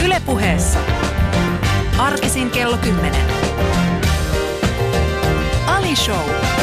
Yle Puheessa. Arkisin kello 10. Ali Show.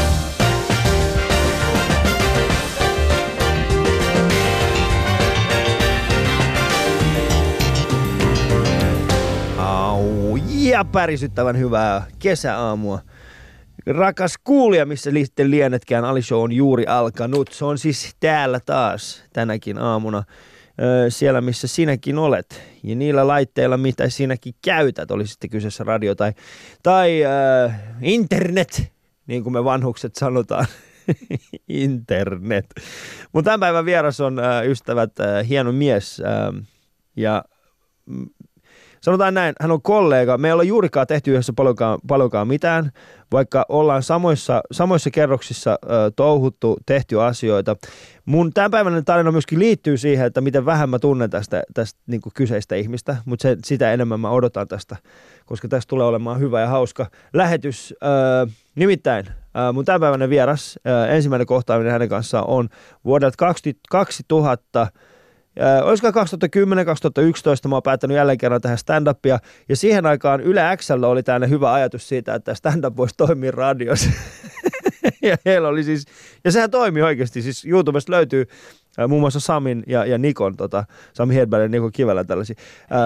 Ja pärisyttävän hyvää kesäaamua. Rakas kuulija, missä sitten lienetkään, Ali Show on juuri alkanut. Se on siis täällä taas tänäkin aamuna. Siellä, missä sinäkin olet. Ja niillä laitteilla, mitä sinäkin käytät, oli sitten kyseessä radio tai internet, niin kuin me vanhukset sanotaan. Internet. Mun tämän päivän vieras on ystävät hieno mies ja sanotaan näin, hän on kollega. Me ei olla juurikaan tehty yhdessä paljonkaan mitään, vaikka ollaan samoissa kerroksissa touhuttu, tehty asioita. Mun tämänpäiväinen tarina myöskin liittyy siihen, että miten vähän mä tunnen tästä niin kuin kyseistä ihmistä, mutta sitä enemmän mä odotan tästä, koska tästä tulee olemaan hyvä ja hauska lähetys. Nimittäin mun tämänpäiväinen vieras, ensimmäinen kohtaaminen hänen kanssaan on vuodelta 2000. Olisiko 2010-2011 mä oon päättänyt jälleen kerran tähän stand-upia, ja siihen aikaan Yle X:llä oli tämmöinen hyvä ajatus siitä, että stand-up voisi toimia radiossa. Ja heillä oli siis, ja sehän toimi oikeasti, siis YouTubesta löytyy muun muassa Samin ja Nikon, Sami Hedberg ja Niko Kivelän tällaisia.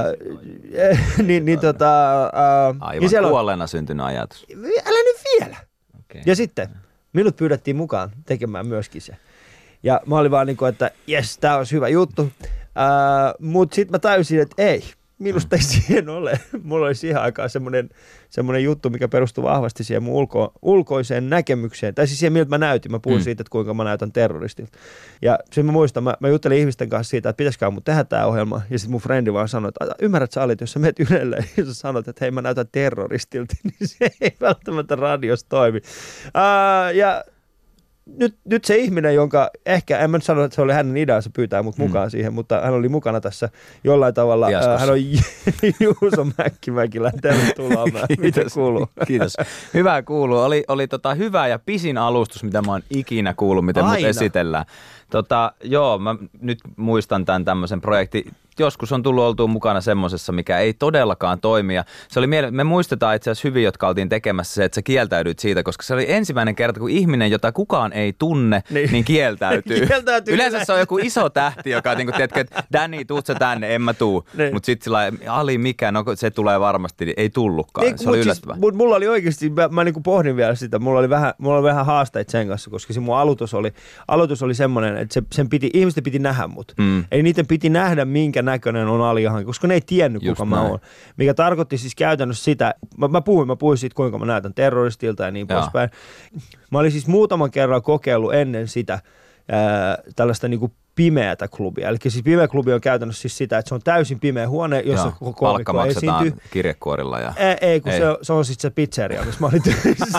Aivan kuolleena syntynyt ajatus. Älä nyt vielä. Okay. Ja sitten minut pyydettiin mukaan tekemään myöskin se. Ja mä olin vaan niin kuin, että jes, tää olisi hyvä juttu. Mutta sitten mä tajusin, että ei, minusta ei siihen ole. Mulla oli siihen aikaan semmoinen juttu, mikä perustui vahvasti siihen mun ulkoiseen näkemykseen. Tai siis siihen, miltä mä näytin. Mä puhuin siitä, että kuinka mä näytän terroristilta. Ja sitten mä muistan, mä juttelin ihmisten kanssa siitä, että pitäisikään mun tehdä tää ohjelma. Ja sitten mun frendi vaan sanoi, että ymmärrät sä Alit, jos sä menet Ylelle ja sä sanot, että hei mä näytän terroristilta, niin se ei välttämättä radiossa toimi. Ja nyt se ihminen, jonka ehkä, en mä nyt sano, että se oli hänen ideansa pyytää mut mukaan siihen, mutta hän oli mukana tässä jollain tavalla. Hän on Juuso Mäkkimäkilä, tervetuloa. Mitä kuuluu? Kiitos. Hyvää kuuluu. Oli hyvä ja pisin alustus, mitä mä oon ikinä kuullut, miten mut esitellään. Joo, mä nyt muistan tämän tämmöisen projektin. Joskus on tullut oltua mukana semmosessa, mikä ei todellakaan toimi. Ja se oli me muistetaan itse asiassa hyvin, jotka oltiin tekemässä se, että sä kieltäydyt siitä, koska se oli ensimmäinen kerta, kun ihminen, jota kukaan ei tunne, niin kieltäytyy. Yleensä se on joku iso tähti, joka niin tiedätkö, että Danny, tuut sä tänne, en mä tuu. Mutta sitten sillä Ali, mikä, no se tulee varmasti, niin ei tullutkaan. Se oli yllättävää. Siis, mulla oli oikeasti, mä niin kuin pohdin vielä sitä, mulla oli vähän haasteita sen kanssa, koska se mun aloitus oli semmoinen, että ihmisten piti nähdä mut. Eli niiden piti nähdä, minkä näköinen on Ali Jahanki, koska ne ei tiennyt, kuka mä oon. Mikä tarkoitti siis käytännössä sitä, mä puhuin siitä, kuinka mä näytän terroristilta ja niin poispäin. Mä olin siis muutaman kerran kokeillut ennen sitä tällaista niinku pimeätä klubia. Eli siis pimeä klubi on käytännössä siis sitä, että se on täysin pimeä huone, jossa koko koomikko esiintyy. Kirjekuorilla. Ei, kun se on sitten se pizzeria, missä mä olin töissä.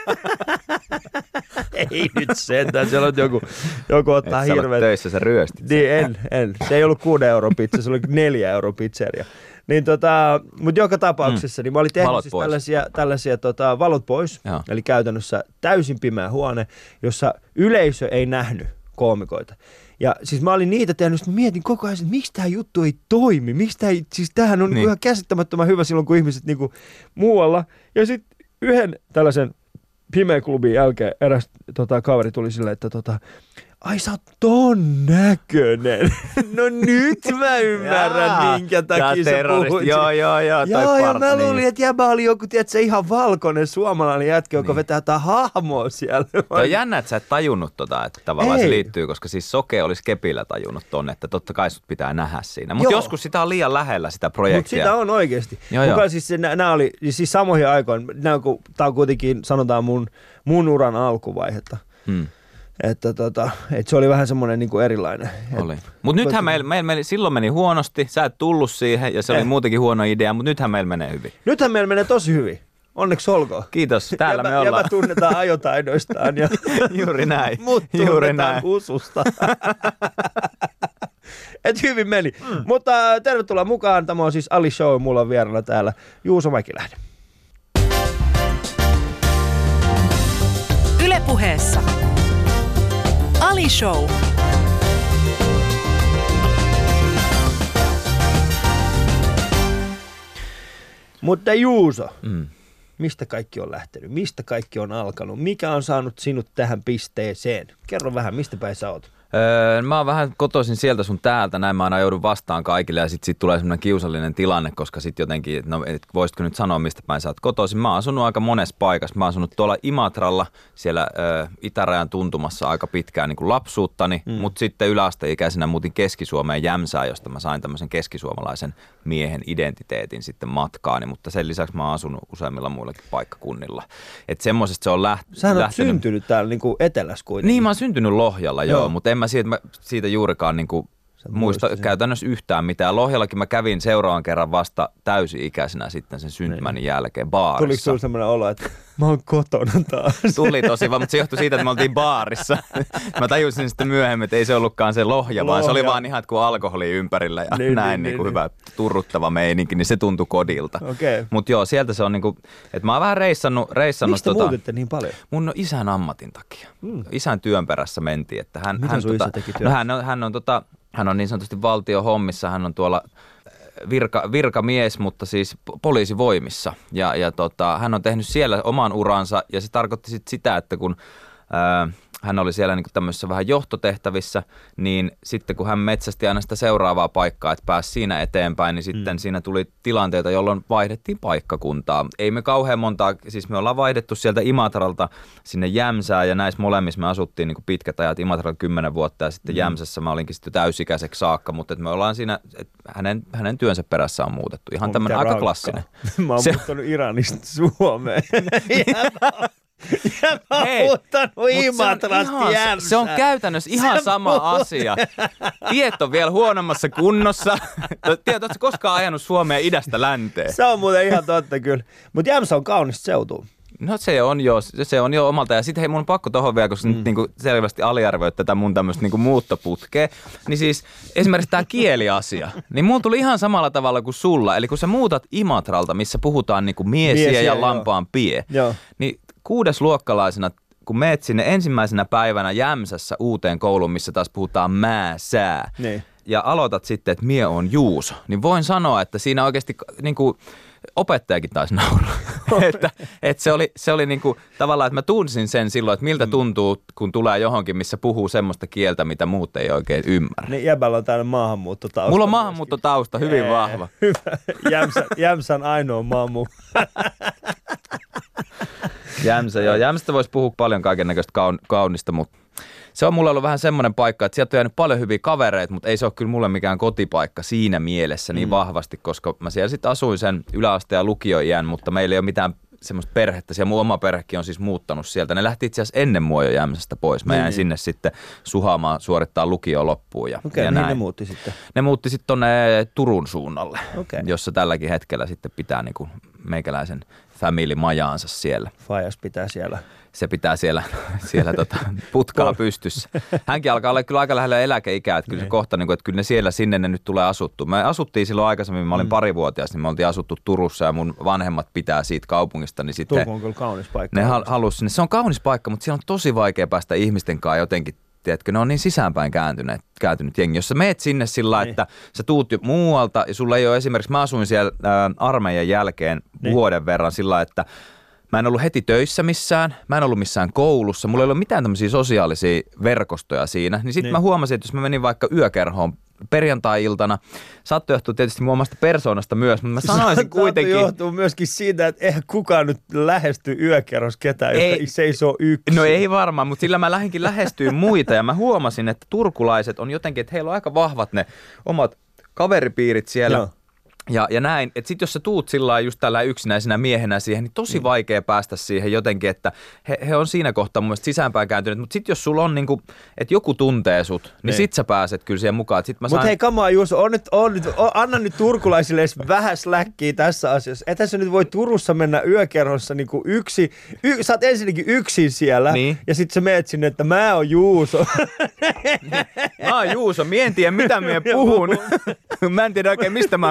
Ei nyt sentään, siellä on joku ottaa hirveä. Et sä töissä, sä ryöstit. Niin, en. Se ei ollut 6 € pizza, se oli 4 € pizzeria. Niin mutta joka tapauksessa, niin mä olin tehnyt siis tällaisia valot pois, eli käytännössä täysin pimeä huone, jossa yleisö ei nähnyt koomikoita. Ja siis mä olin niitä tehnyt, että mä mietin koko ajan, että miksi tää juttu ei toimi, siis tämähän on ihan käsittämättömän hyvä silloin, kun ihmiset niinku muualla. Ja sitten yhden tällaisen pimeä klubin jälkeen eräs kaveri tuli silleen, että ai sä oot ton näköinen. No nyt mä ymmärrän, minkä takia sä puhuit. Joo. Ja mä luulin, että jäbä oli joku, tiedätkö, ihan valkoinen suomalainen jätkä, joka vetää jotain hahmoa siellä. Toi on jännä, että sä et tajunnut että tavallaan se liittyy, koska siis Soke olisi kepillä tajunnut tonne, että totta kai sut pitää nähdä siinä. Mutta joskus sitä on liian lähellä sitä projektia. Mutta sitä on oikeasti. Mukaan siis nämä oli siis samoihin aikoihin, tää on kuitenkin, sanotaan mun uran alkuvaihetta. Että se oli vähän semmoinen niinku erilainen. Oli. Mutta nythän meillä silloin meni huonosti, sä et tullut siihen ja se oli muutenkin huono idea, mutta nythän meillä menee hyvin. Nythän meillä menee tosi hyvin. Onneksi olkoon. Kiitos, täällä me ollaan. Ja me tunnetaan ajotaidoistaan. Ja juuri näin. Mut tunnetaan ususta. Et hyvin meni. Mutta tervetuloa mukaan. Tämä on siis Ali Show. Mulla on vieraana täällä Juuso Mäkiläinen. Yle Puheessa. Ali Show. Mutta Juuso, mistä kaikki on lähtenyt? Mistä kaikki on alkanut? Mikä on saanut sinut tähän pisteeseen? Kerro vähän, mistä päin sä oot? Mä oon vähän kotoisin sieltä sun täältä, näin mä aina joudun vastaan kaikille ja sit tulee semmoinen kiusallinen tilanne, koska sit jotenkin, no voisitko nyt sanoa mistä päin sä oot kotoisin. Mä oon asunut aika monessa paikassa. Mä oon asunut tuolla Imatralla, siellä itärajan tuntumassa aika pitkään niin kuin lapsuuttani, mutta sitten yläasteikäisenä muutin Keski-Suomeen Jämsään, josta mä sain tämmöisen keskisuomalaisen miehen identiteetin sitten matkaani, mutta sen lisäksi mä oon asunut useimmilla muillakin paikkakunnilla. Että semmoisesta se on lähtenyt. Sähän oot syntynyt täällä niin kuin etelässä kuitenkin. Niin, mä oon syntynyt Lohjalla, joo, mutta en mä siitä juurikaan niinku muista käytännössä yhtään mitään. Lohjallakin mä kävin seuraavan kerran vasta täysi-ikäisenä sitten sen syntymäni jälkeen baarissa. Tuliko sulla semmoinen olo, että mä oon kotona taas? Tuli tosi vaan, mutta se johtui siitä, että me oltiin baarissa. Mä tajusin sitten myöhemmin, että ei se ollutkaan se Lohja, vaan se oli vaan ihan kuin alkoholi ympärillä ja näin hyvä turruttava meininki, niin se tuntui kodilta. Okay. Mutta joo, sieltä se on niinku, että mä oon vähän reissannut. Mistä muutitte niin paljon? Mun isän ammatin takia. Isän työn perässä mentiin, että Mitä sun isä teki työssä? Hän on niin sanotusti valtiohommissa, hän on tuolla virkamies, mutta siis poliisivoimissa. Ja hän on tehnyt siellä oman uransa ja se tarkoitti sitä, että kun hän oli siellä niin tämmöisissä vähän johtotehtävissä, niin sitten kun hän metsästi aina sitä seuraavaa paikkaa, että pääsi siinä eteenpäin, niin sitten siinä tuli tilanteita, jolloin vaihdettiin paikkakuntaa. Ei me kauhean montaa, siis me ollaan vaihdettu sieltä Imatralta sinne Jämsään ja näissä molemmissa me asuttiin niin pitkät ajat Imatralla 10 vuotta ja sitten Jämsässä mä olinkin sitten täysikäiseksi saakka, mutta me ollaan siinä, että hänen työnsä perässä on muutettu. Ihan tämmöinen aika klassinen. Mä oon muuttanut Iranista Suomeen. Ja mä oon muuttanut Imatrasta Jämsään. Se on käytännössä ihan sama asia. Tiet on vielä huonommassa kunnossa. Ootko koskaan ajanut Suomea idästä länteen? Se on muuten ihan totta kyllä. Mutta Jämsä on kaunista seutua. No se on jo omalta. Ja sitten hei, mun on pakko tohon vielä, koska nyt niinku selvästi aliarvioit tätä mun tämmöistä niinku muuttoputkea. Niin siis esimerkiksi tämä kieliasia, niin mulla tuli ihan samalla tavalla kuin sulla. Eli kun sä muutat Imatralta, missä puhutaan niinku miesiä ja lampaan pie, niin 6-luokkalaisena, kun meet sinne ensimmäisenä päivänä Jämsässä uuteen kouluun, missä taas puhutaan määsää, ja aloitat sitten, että mie on Juuso, niin voin sanoa, että siinä oikeasti niin kuin opettajakin taisi nauraa. että se oli niin kuin, tavallaan, että mä tunsin sen silloin, että miltä tuntuu, kun tulee johonkin, missä puhuu semmoista kieltä, mitä muut ei oikein ymmärrä. Niin jäbällä on täällä maahanmuuttotausta. Mulla on maahanmuuttotausta hyvin vahva. Hyvä. Jämsän ainoa maahanmuutto. Jämsästä voisi puhua paljon kaikennäköistä kaunista, mutta se on mulle ollut vähän semmoinen paikka, että sieltä on jäänyt paljon hyviä kavereita, mutta ei se ole kyllä mulle mikään kotipaikka siinä mielessä niin vahvasti, koska mä siellä sitten asuin sen yläaste- ja lukioiän, mutta meillä ei ole mitään semmoista perhettä. Siellä mun oma perhekin on siis muuttanut sieltä. Ne lähti itse asiassa ennen mua jo Jämsästä pois. Mä jäin sinne sitten suhaamaan, suorittaa lukio loppuun. Okei, mihin ne muutti sitten? Ne muutti sitten tonne Turun suunnalle, jossa tälläkin hetkellä sitten pitää niinku meikäläisen family majaansa siellä. Fajas pitää siellä. Se pitää siellä putkaa pystyssä. Hänkin alkaa olla kyllä aika lähellä eläkeikää, että kyllä se kohta, että kyllä ne siellä sinne ne nyt tulee asuttua. Me asuttiin silloin aikaisemmin, mä olin parivuotias, niin me oltiin asuttu Turussa ja mun vanhemmat pitää siitä kaupungista. Niin sitten Turku on kyllä kaunis paikka. Ne halusi sinne. Se on kaunis paikka, mutta siellä on tosi vaikea päästä ihmisten kanssa jotenkin. Tiedätkö, ne on niin sisäänpäin kääntynyt jengi. Jos sä meet sinne sillä että sä tuut jo muualta ja sulla ei ole esimerkiksi, mä asuin siellä armeijan jälkeen vuoden verran sillä että mä en ollut heti töissä missään, mä en ollut missään koulussa, mulla ei ollut mitään tämmöisiä sosiaalisia verkostoja siinä. Niin sitten mä huomasin, että jos mä menin vaikka yökerhoon perjantai-iltana, saattoi johtua tietysti mun omasta persoonasta myös, mutta mä sanoisin kuitenkin. Saattoi johtua myöskin siitä, että eihän kukaan nyt lähesty yökerros ketään, joka seisoo yksin. No ei varmaan, mutta sillä mä lähdinkin lähestyä muita ja mä huomasin, että turkulaiset on jotenkin, että heillä on aika vahvat ne omat kaveripiirit siellä. Joo. Ja näin, että sit jos sä tuut sillä just tällä yksinäisenä miehenä siihen, niin tosi vaikea päästä siihen jotenkin, että he on siinä kohtaa mun mielestä sisäänpäin kääntyneet. Mutta sit jos sulla on niinku, että joku tuntee sut, niin sit sä pääset kyllä siihen mukaan. Mutta hei kamaa Juuso, anna nyt turkulaisille edes vähän släkkiä tässä asiassa. Ethän sä nyt voi Turussa mennä yökerhossa niinku sä oot ensinnäkin yksin siellä ja sit sä meet sinne, että mä oon Juuso. Mä oon Juuso, mie en tiedä mitä mie puhun. Mä en tiedä oikein mistä mä oon kotoisin.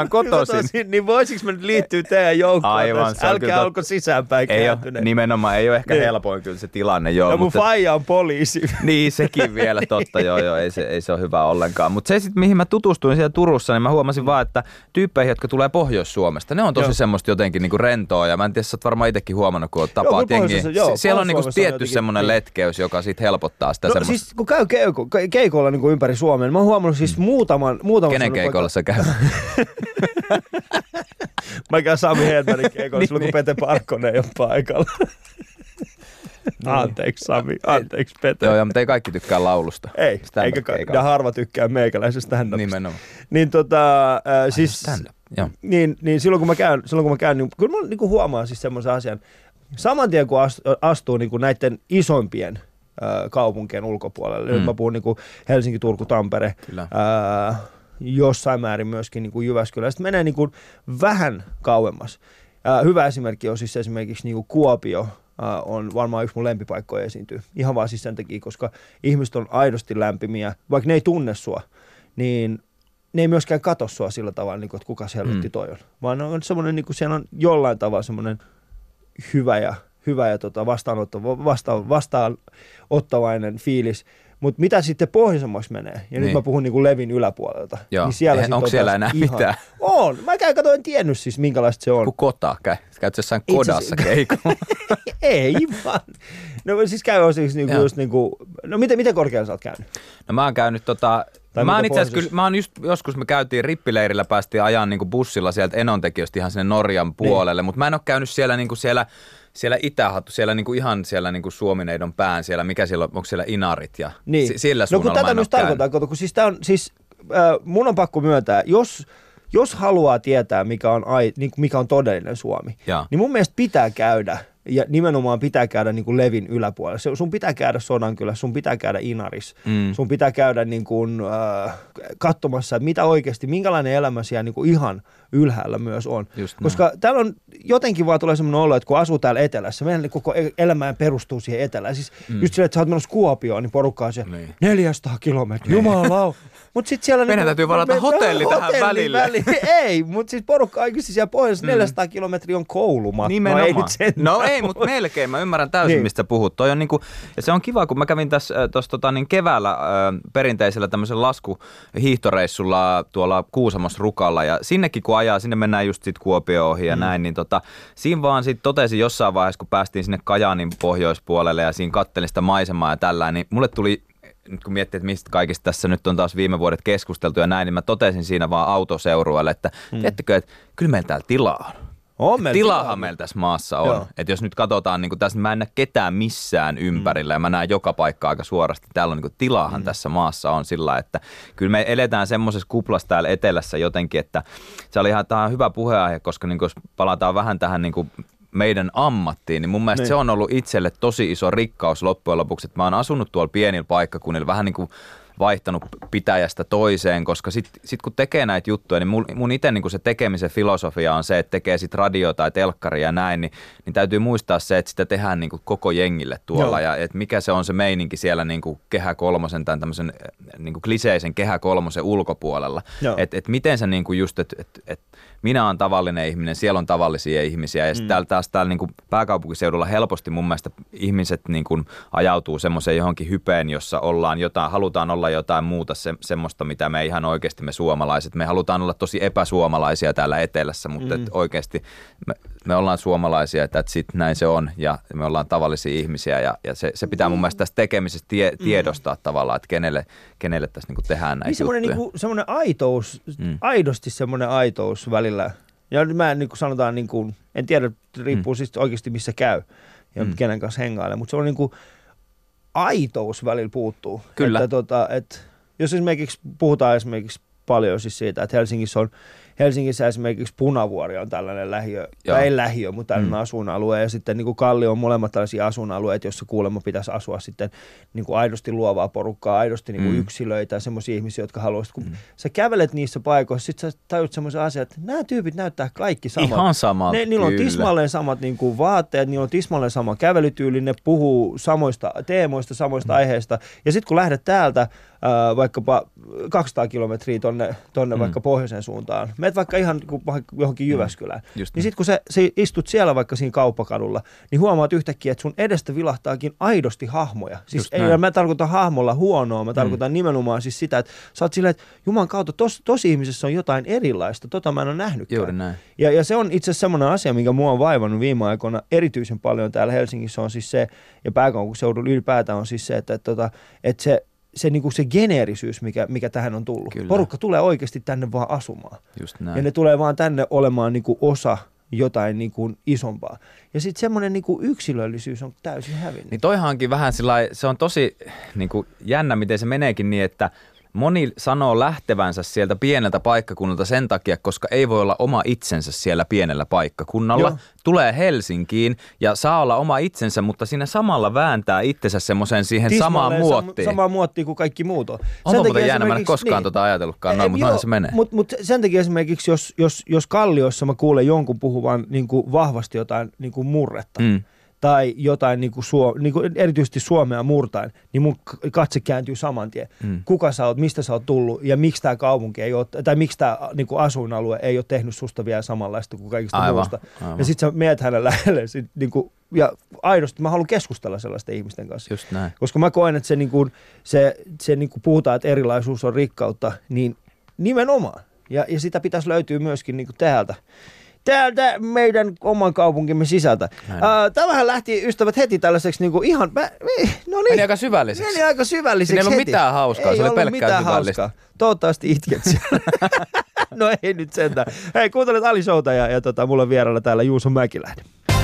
vuosin. Niin voisiko me nyt liittyä teidän joukkoon? Aivan, Älkää olko sisäänpäin kääntyneet. Nimenomaan ei ole ehkä helpoin kyllä se tilanne. Joo, ja mun faija on poliisi. Niin, sekin vielä totta, joo, ei se ole hyvä ollenkaan. Mutta se sitten, mihin mä tutustuin siellä Turussa, niin mä huomasin vaan, että tyyppeihin, jotka tulee Pohjois-Suomesta, ne on tosi semmoista jotenkin niinku rentoa, ja mä en tiedä, sä oot varmaan itsekin huomannut, kun tapaat jengiä. Siellä on niinku tietty semmoinen letkeys, joka sitten helpottaa sitä semmoista. Siis kun käy keikolla niinku ympäri Suomen, mä oon huomannut siis muutaman kenen keikolla sä käy? Mä käyn Sami Hedbergin keikolla silloin, kun Pete Parkkonen ei ole paikalla. Anteeksi Sami, anteeksi Pete. Joo, mutta ei kaikki tykkää laulusta. Ei, eikä harva tykkää meikäläisestä stand-upista. Nimenomaan. Niin siis niin silloin kun mä käyn, niin kyllä mä niinku huomaan siis semmoisen asian. Saman tien kun astuu niinku näiden isompien kaupunkien ulkopuolelle. Nyt mä puhun niinku Helsinki, Turku, Tampere. Jossain määrin myöskin niin kuin Jyväskylä. Sitten menee niin kuin vähän kauemmas. Hyvä esimerkki on siis esimerkiksi niin kuin Kuopio on varmaan yksi mun lempipaikkoja esiintyy. Ihan vaan siis sen takia, koska ihmiset on aidosti lämpimiä. Vaikka ne ei tunne sua, niin ne ei myöskään katso sua sillä tavalla, niin kuin, että kuka helvetti toi on. Vaan on semmoinen, niin kuin siellä on jollain tavalla semmoinen hyvä ja vastaanottavainen fiilis. Mutta mitä sitten pohjoisemmaksi menee, ja nyt mä puhun niinku Levin yläpuolelta. Joo. Niin siellä onko siellä enää mitään? On. Mä en tiennyt siis minkälaista se on. Kun kota käyt jossain kodassa keikolla. Ei vaan. No siis käy siis niinku just niinku, no miten korkealla sä oot käynyt? No mä oon käynyt joskus me käytiin rippileirillä, päästiin ajan niinku bussilla sieltä Enontekiöstä ihan sinne Norjan puolelle, mutta mä en oo käynyt siellä niinku siellä Itähattu, siellä niinku ihan siellä niinku Suomineidon pään, siellä mikä siellä on, onko siellä Inarit ja sillä suunnalla. No kun tätä myös tarkoittaa, kun siis tää on siis mun on pakko myöntää, jos haluaa tietää mikä on todellinen Suomi, niin mun mielestä pitää käydä ja nimenomaan pitää käydä niin kuin Levin yläpuolella. Sun pitää käydä Sodankylässä, sun pitää käydä Inaris, sun pitää käydä niin kuin, katsomassa, että mitä oikeasti, minkälainen elämä siellä niin kuin ihan ylhäällä myös on. Koska täällä on jotenkin vaan tulee semmoinen olo, että kun asuu täällä etelässä, meidän koko elämään perustuu siihen etelään. Siis just silleen, että sä oot menossa Kuopioon, niin porukka on siellä 400 kilometriä, jumalauta. Mutta sitten siellä meidän täytyy varata hotelli tähän välille. Ei, mutta siis porukka oikeasti siellä pohjoisessa 400 kilometriä on koulumatka. Nimenomaan. Ei, mutta melkein. Mä ymmärrän täysin, mistä puhut. Toi on niinku, ja se on kiva, kun mä kävin tässä keväällä perinteisellä tämmöisellä laskuhiihtoreissulla tuolla Kuusamossa Rukalla. Ja sinnekin kun ajaa, sinne mennään just sit Kuopio ohi ja näin, niin siinä vaan sit totesin jossain vaiheessa, kun päästiin sinne Kajaanin pohjoispuolelle ja siinä kattelin sitä maisemaa ja tällä, niin mulle tuli, nyt kun miettii, että mistä kaikista tässä nyt on taas viime vuodet keskusteltu ja näin, niin mä totesin siinä vaan autoseurueelle, että tiedättekö, että kyllä meillä täällä tilaa on. Tilaahan meillä tässä maassa on. Että jos nyt katsotaan, niin tässä mä en näe ketään missään ympärillä ja mä näen joka paikka aika suorasti. Täällä on niin tilaahan tässä maassa on sillä, että kyllä me eletään semmoisessa kuplassa täällä etelässä jotenkin, että se oli ihan hyvä puheenaihe, koska niin jos palataan vähän tähän niin meidän ammattiin, niin mun mielestä se on ollut itselle tosi iso rikkaus loppujen lopuksi, että mä oon asunut tuolla pienillä paikkakunnilla vähän niin kuin vaihtanut pitäjästä toiseen, koska sit kun tekee näitä juttuja, niin mun itse niin se tekemisen filosofia on se, että tekee sit radio tai telkkaria ja näin, niin täytyy muistaa se, että sitä tehdään niin koko jengille tuolla ja että mikä se on se meininki siellä niin Kehä Kolmosen tai tämmöisen niin kliseisen Kehä Kolmosen ulkopuolella. Että miten se niin just, että minä olen tavallinen ihminen, siellä on tavallisia ihmisiä ja sitten täällä niin pääkaupunkiseudulla helposti mun mielestä ihmiset niin ajautuu semmoiseen johonkin hypeen, jossa halutaan olla jotain muuta semmoista, mitä me ihan oikeasti me suomalaiset. Me halutaan olla tosi epäsuomalaisia täällä etelässä, mutta oikeasti me ollaan suomalaisia, että sitten näin se on ja me ollaan tavallisia ihmisiä ja se pitää mun mielestä tästä tekemisestä tiedostaa tavallaan, että kenelle tässä niin tehdään näitä juttuja. Semmoinen aitous, aidosti semmoinen aitous välillä. Ja mä sanotaan, en tiedä, riippuu siis oikeasti missä käy ja kenen kanssa hengailee, mutta se on aitous välillä puuttuu. Kyllä. Että jos esimerkiksi puhutaan paljon siis siitä, että Helsingissä esimerkiksi Punavuori on tällainen lähiö, tai ei lähiö, mutta tällainen asuinalue, ja sitten niin kuin Kallio on molemmat tällaisia asuinalueita, joissa kuulemma pitäisi asua sitten niin kuin aidosti luovaa porukkaa, aidosti niin kuin yksilöitä ja semmoisia ihmisiä, jotka haluaisivat, kun sä kävelet niissä paikoissa, sitten sä tajut semmoisen asian, että nämä tyypit näyttää kaikki samat. Ihan samat, niillä on tismalleen samat niin kuin vaatteet, niillä on tismalleen sama kävelytyyli, ne puhuu samoista teemoista, samoista aiheista, ja sitten kun lähdet täältä vaikkapa 200 kilometriä tonne vaikka pohjoiseen suuntaan meet vaikka ihan johonkin Jyväskylään, niin niin. sitten kun sä istut siellä vaikka siinä kauppakadulla, niin huomaat yhtäkkiä, että sun edestä vilahtaakin aidosti hahmoja. Siis ei mä tarkoitan hahmolla huonoa, mä tarkoitan nimenomaan siis sitä, että sä oot silleen, että Jumalan kautta tosi ihmisessä on jotain erilaista, mä en ole nähnytkään. Juuri näin. Ja se on itse asiassa semmoinen asia, mikä mua on vaivannut viime aikoina erityisen paljon täällä Helsingissä on siis se, ja pääkaupunkiseudulla ylipäätään on siis se, että se niinku se geneerisyys, mikä tähän on tullut. Kyllä. Porukka tulee oikeasti tänne vaan asumaan. Just näin. Ja ne tulee vaan tänne olemaan niinku osa jotain niinku isompaa. Ja sitten semmoinen niinku yksilöllisyys on täysin hävinnyt. Niin toihankin vähän sillai, se on tosi niinku jännä, miten se meneekin niin, että moni sanoo lähtevänsä sieltä pieneltä paikkakunnalta sen takia, koska ei voi olla oma itsensä siellä pienellä paikkakunnalla. Joo. Tulee Helsinkiin ja saa olla oma itsensä, mutta siinä samalla vääntää itsensä semmoiseen siihen samaan muottiin. Samaan muottiin kuin kaikki muut on. Onko muuten jännä, mä en koskaan ajatellutkaan noin, mutta noin se menee. Mutta sen takia esimerkiksi, jos Kalliossa mä kuulen jonkun puhuvan niin vahvasti jotain niin murretta, tai jotain erityisesti suomea murtain, niin mun katse kääntyy saman tien. Kuka sä oot, mistä sä oot tullut ja miksi tämä kaupunki ei ole, tai miksi tämä asuinalue ei ole tehnyt susta vielä samanlaista kuin kaikista muusta. Ja sit sä meet hänen lähelle ja aidosti mä haluan keskustella sellaisten ihmisten kanssa. Just näin. Koska mä koen, että se puhutaan, että erilaisuus on rikkautta, niin nimenomaan. Ja sitä pitäisi löytyä myöskin täältä meidän oman kaupunkimme sisältä. Tämähän lähti ystävät heti tällaiseksi ihan... Meni aika syvälliseksi. Meni aika syvälliseksi heti. Ei ollut mitään hauskaa, se oli pelkkää syvällistä. Toivottavasti itket siellä. No ei nyt sentään. Hei, kuuntelet Ali Showta ja mulla on vierailla täällä Juuso Mäkiläinen.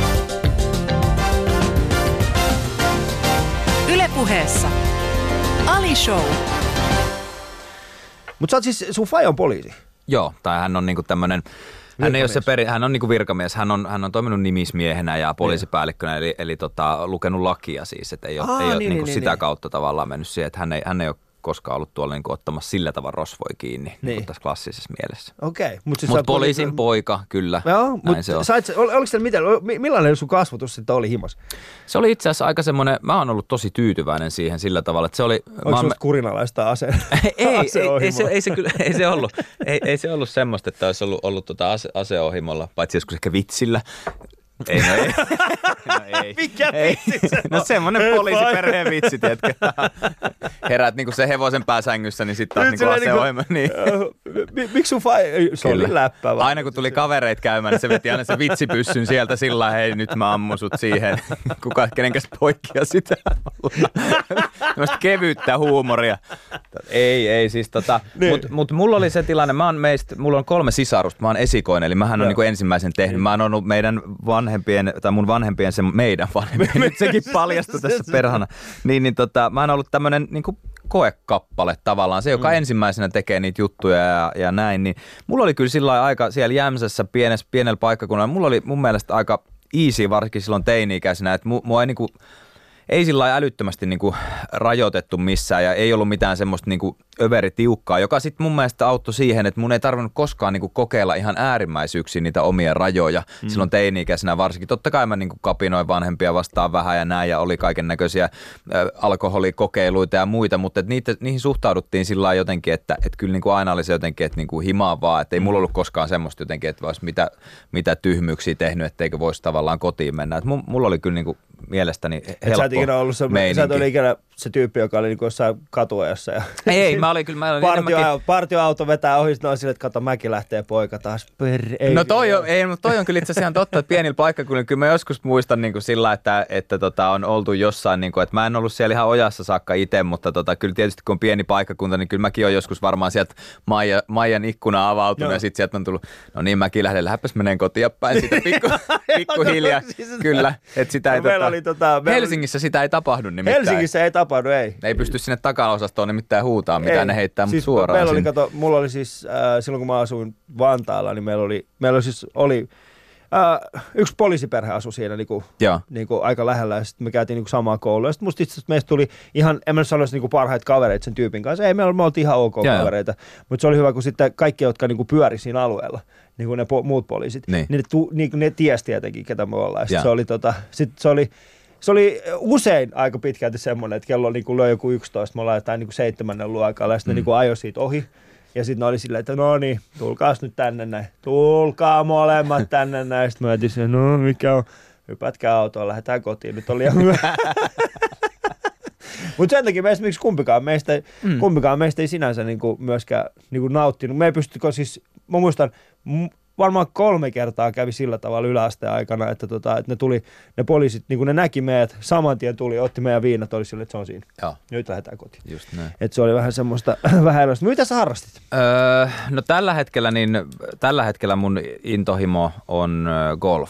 Yle Puheessa Ali Show. Mutta sä oot siis, sun faija on poliisi. Joo, tai hän on niinku tämmönen... Hän on niinku virkamies, hän on toiminut nimismiehenä ja poliisipäällikkönä, eli lukenut lakia siis, että ei ole sitä kautta tavallaan mennyt siihen, että hän ei ole koskaan ollut tuolla niinku ottamassa sillä tavalla rosvoi kiinni niin tässä klassisessa mielessä. Okei. Mutta poliisin poika, kyllä. Joo, mutta oliko teillä mitään, millainen sun kasvatus sitten oli himas? Se oli itse asiassa aika semmoinen, mä oon ollut tosi tyytyväinen siihen sillä tavalla, että se oli... Onko susta kurinalaista Ei se ollut semmoista, että olisi ollut aseohimolla, paitsi joskus ehkä vitsillä. Ei. Mikä vitsi se on? No semmoinen poliisiperheen vitsi, tiedätkö? Heräät niinku se hevosen pääsängyssä, niin sitten taas niinku aseohjelma. Niin. Miksi sun se oli läppä? Aina kun tuli kavereit käymään, niin se veti aina se vitsipyssyn sieltä sillä hei nyt mä ammun sut siihen. Kenenkäs poikkia sitä tämmöistä kevyyttä huumoria. Ei siis niin. Mut mulla oli se tilanne, mulla on 3 sisarusta, mä oon esikoinen, eli mähän on niinku ensimmäisen tehnyt. Mä oon ollut meidän mun vanhempien, se meidän vanhempien, nyt sekin paljastui tässä perhana. Mä oon ollut tämmönen niinku koekappale tavallaan, se joka ensimmäisenä tekee niitä juttuja ja näin, niin mulla oli kyllä sillä aika siellä Jämsässä pienellä paikkakunnalla, mulla oli mun mielestä aika easy, varsinkin silloin teini-ikäisenä, että mua ei niinku ei sillä lailla älyttömästi niinku rajoitettu missään ja ei ollut mitään semmoista niinku överitiukkaa, joka sitten mun mielestä auttoi siihen, että mun ei tarvinnut koskaan niinku kokeilla ihan äärimmäisyyksiä niitä omia rajoja. Silloin teini-ikäisenä varsinkin. Totta kai mä niinku kapinoin vanhempia vastaan vähän ja näin ja oli kaiken näköisiä alkoholikokeiluita ja muita, mutta niihin suhtauduttiin sillä lailla jotenkin, että kyllä niinku aina oli se jotenkin, että niinku himaa vaan, että ei mulla ollut koskaan semmoista jotenkin, että olisi mitä tyhmyksiä tehnyt, etteikö voisi tavallaan kotiin mennä. Et mulla oli kyllä niinku mielestäni helppo meininki. Sä et ole ikinä se tyyppi, joka oli niinku jossain katuajassa. Ja ei, mä olin partioauto vetää ohi, noin sille, että kato, Mäki lähtee poika taas. No toi on kyllä itse asiassa ihan totta, että pienillä paikkakunnilla, kyllä mä joskus muistan niin kuin sillä, että on oltu jossain, niin kuin, että mä en ollut siellä ihan ojassa saakka itse, mutta kyllä tietysti kun on pieni paikkakunta, niin kyllä mäkin olen joskus varmaan sieltä Maijan ikkuna avautunut ja sitten sieltä on tullut, no niin Mäki lähdepäs meneen kotiin päin siitä pikkuhiljaa. Kyllä, että sitä ei Helsingissä sitä ei tapahdu nimittäin. Helsingissä ei tapahdu, ei. Ne ei pysty sinne takanaosastoon nimittäin huutaa, mitä ne heittää mut suoraan. Mulla oli siis, silloin kun mä asuin Vantaalla, niin meillä oli yksi poliisiperhe asui siinä niinku aika lähellä, ja sitten me käytiin niinku samaa koulua. Ja sitten musta itse asiassa meistä tuli ihan, en mä sanoisi niinku parhaita kavereita sen tyypin kanssa. Ei, me oltiin ihan ok kavereita, mutta se oli hyvä, kun sitten kaikki, jotka niinku pyöri siinä alueella, niin kuin ne muut poliisit, niin ne tiesi tietenkin, ketä me ollaan. Se oli usein aika pitkälti semmoinen, että kello niin löi joku 11, me ollaan jotain niin 7 luokalla, ja sitten ne niin ajoi siitä ohi. Ja sitten ne oli silleen, että no niin, tulkaas nyt tänne näin. Tulkaa molemmat tänne näin. Sitten mä ajattelin, no mikä on, hypätkää autoon, lähdetään kotiin. Nyt on liian hyvä. Mutta sen takia me esimerkiksi kumpikaan meistä ei sinänsä niinku myöskään niinku nauttinut. Me ei pystytkö siis, mä muistan, varmaan 3 kertaa kävi sillä tavalla yläasteen aikana, että ne poliisit, niin kun ne näki meidät, saman tien tuli, otti meidän viinat, oli sille, että se on siinä. Joo. Nyt lähdetään kotiin. Just näin. Että se oli vähän semmoista vähän erilaista. Mitä sä harrastit? No tällä hetkellä mun intohimo on golf.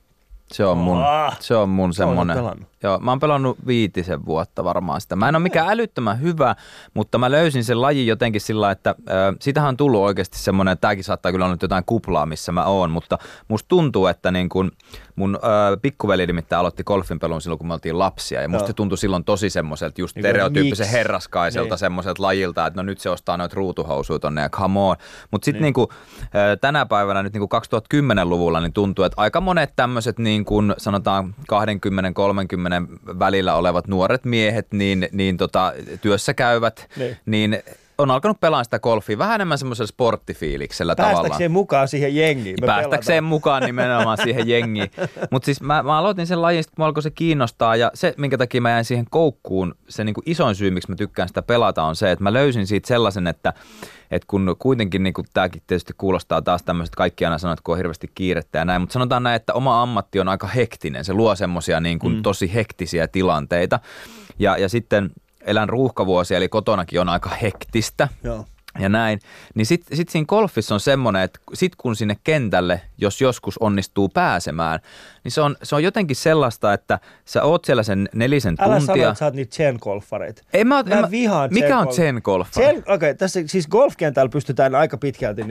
Se on mun semmonen. Joo, mä oon pelannut 5 vuotta varmaan sitä. Mä en ole mikään älyttömän hyvä, mutta mä löysin sen lajin jotenkin sillä, että siitähän on tullut oikeasti semmoinen, että tääkin saattaa kyllä olla nyt jotain kuplaa, missä mä oon, mutta musta tuntuu, että niin kun mun pikkuveli nimittäin aloitti golfin pelun silloin, kun me oltiin lapsia, ja musta se tuntui silloin tosi semmoiselta just stereotyyppisen herraskaiselta semmoiselta lajilta, että no nyt se ostaa noita ruutuhousuja tonne ja come on. Mutta sitten niinku tänä päivänä nyt niinku 2010-luvulla niin tuntuu, että aika monet tämmöiset niin kuin sanotaan 20-30 välillä olevat nuoret miehet, työssä käyvät, niin on alkanut pelaa sitä golfia vähän enemmän semmoisella sporttifiiliksellä tavallaan. Päästäkseen mukaan siihen jengiin. Päästäkseen mukaan nimenomaan siihen jengiin. Mutta siis mä aloitin sen lajin, kun mä alkoi se kiinnostaa, ja se, minkä takia mä jäin siihen koukkuun, se niinku isoin syy, miksi mä tykkään sitä pelata, on se, että mä löysin siitä sellaisen, että kun kuitenkin niin tämäkin tietysti kuulostaa taas tämmöiset, kaikki aina sanoo, että kun on hirveästi kiirettä ja näin, mutta sanotaan näin, että oma ammatti on aika hektinen. Se luo semmoisia niin kuin tosi hektisiä tilanteita. Ja sitten elän ruuhkavuosia, eli kotonakin on aika hektistä. Joo. Ja näin, niin sit siinä golfissa on semmoinen, että sit kun sinne kentälle, jos joskus onnistuu pääsemään, niin se on jotenkin sellaista, että sä oot siellä sen 4 tuntia. Älä sano, että sä oot niitä zen-golfareita. Mä vihaan mikä on zen-golfari? Okei, tässä siis golfkentällä pystytään aika pitkälti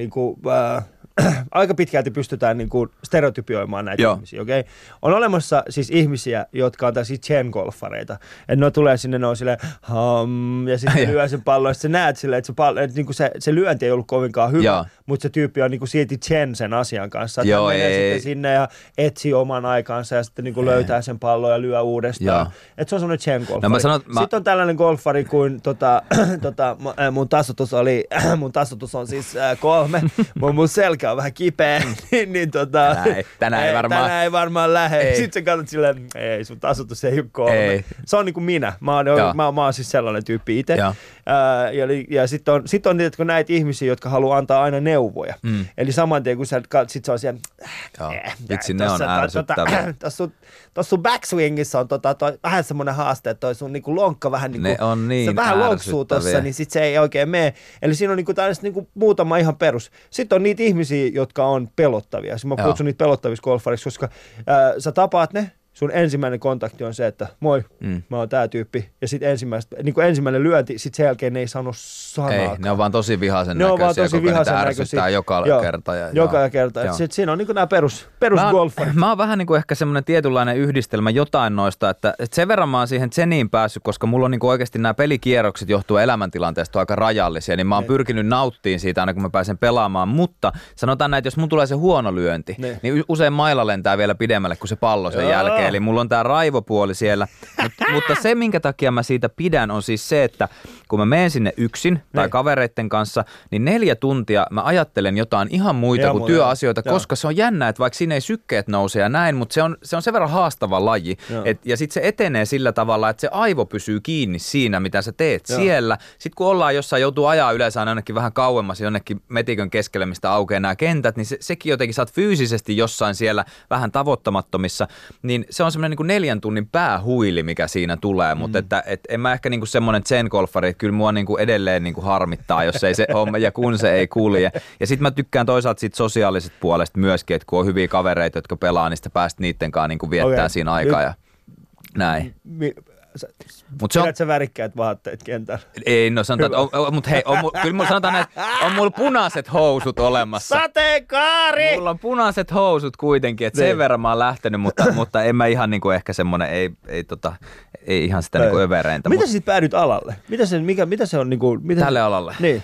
pystytään stereotypioimaan näitä ihmisiä, okei? On olemassa siis ihmisiä, jotka on tällaisia zen-golfareita. Että ne tulee sinne, ne on silleen ja sitten lyö sen pallon, ja sitten sä näet silleen, että se lyönti ei ollut kovinkaan hyvä, mutta se tyyppi on silti zen sen asian kanssa. Hän menee sitten sinne ja etsii oman aikansa ja sitten löytää sen pallon ja lyö uudestaan. Että se on semmoinen zen-golfari. Sitten on tällainen golfari kuin mun tasoitus on siis 3, mun selkä on vähän kipeä, tänään ei varmaan lähde. Sitten sä katsot silleen, ei sun tasoitus ei ole 3. Se on niin kuin minä. Mä oon siis sellainen tyyppi itse. Ja sitten on niitä, näitä ihmisiä, jotka haluaa antaa aina neuvoja. Eli saman tien, kun sit se on siellä, vitsi, ne on ärsyttäviä. Tuossa sun backswingissa on vähän semmoinen haaste, että toi sun niinku lonkka vähän niinku, ne on niin se vähän lonksuu tossa, niin sit se ei oikein mene. Eli siinä on niinku tällaiset niinku muutama ihan perus. Sitten on niitä ihmisiä, jotka on pelottavia. Mä kutsun niitä pelottaviksi golfariksi, koska sä tapaat ne. Sun ensimmäinen kontakti on se, että moi, mä oon tää tyyppi. Ja sit ensimmäinen lyönti, sit sen jälkeen ne ei sano sanaakaan. Ei, ne on vaan tosi vihaisen näköisiä, kun niitä ärsyttää joka kerta. Joka kerta. Joo. Sit siinä on niinku nää perus golfarit. Mä oon vähän niinku ehkä semmoinen tietynlainen yhdistelmä jotain noista, että sen verran mä oon siihen zeniin päässyt, koska mulla on niinku oikeasti nämä pelikierrokset johtuen elämäntilanteesta aika rajallisia, niin mä oon pyrkinyt nauttiin siitä aina kun mä pääsen pelaamaan, mutta sanotaan näin, että jos mun tulee se huono lyönti, niin usein maila lentää vielä pidemmälle kuin se pallo sen jälkeen. Eli mulla on tää raivopuoli siellä, mutta se minkä takia mä siitä pidän on siis se, että kun mä menen sinne yksin tai kavereitten kanssa, niin 4 tuntia mä ajattelen jotain ihan muita kuin työasioita, koska se on jännä, että vaikka siinä ei sykkeet nouse ja näin, mutta se on sen verran haastava laji. Ja sitten se etenee sillä tavalla, että se aivo pysyy kiinni siinä, mitä sä teet siellä. Sitten kun ollaan jossain, joutuu ajaa yleensä jonnekin vähän kauemmas, jonnekin metikön keskelle, mistä aukeaa nämä kentät, niin sekin jotenkin sä oot fyysisesti jossain siellä vähän tavoittamattomissa, niin se on semmoinen niin kuin 4 tunnin päähuili, mikä siinä tulee, mutta että en mä ehkä niin kuin semmoinen zen-golfari, että kyllä mua niin kuin edelleen niin kuin harmittaa, jos ei se homma ja kun se ei kulje. Ja sitten mä tykkään toisaalta siitä sosiaalisesta puolesta myöskin, että kun on hyviä kavereita, jotka pelaa, niin sitä päästä niiden kanssa niin kuin viettää siinä aikaa ja näin. Pidät sä värikkäät vaatteet kentällä? Ei, no sanotaan, mutta hei, kyllä mulla sanotaan, että on mulla punaiset housut olemassa. Sateenkaari! Mulla on punaiset housut kuitenkin, että sen verran mä oon lähtenyt, mutta en mä ihan niinku ehkä semmonen, ei ihan sitä niinku övereintä. Mitä sit päädyt alalle? Mitä se on niinku... Tälle alalle? Niin.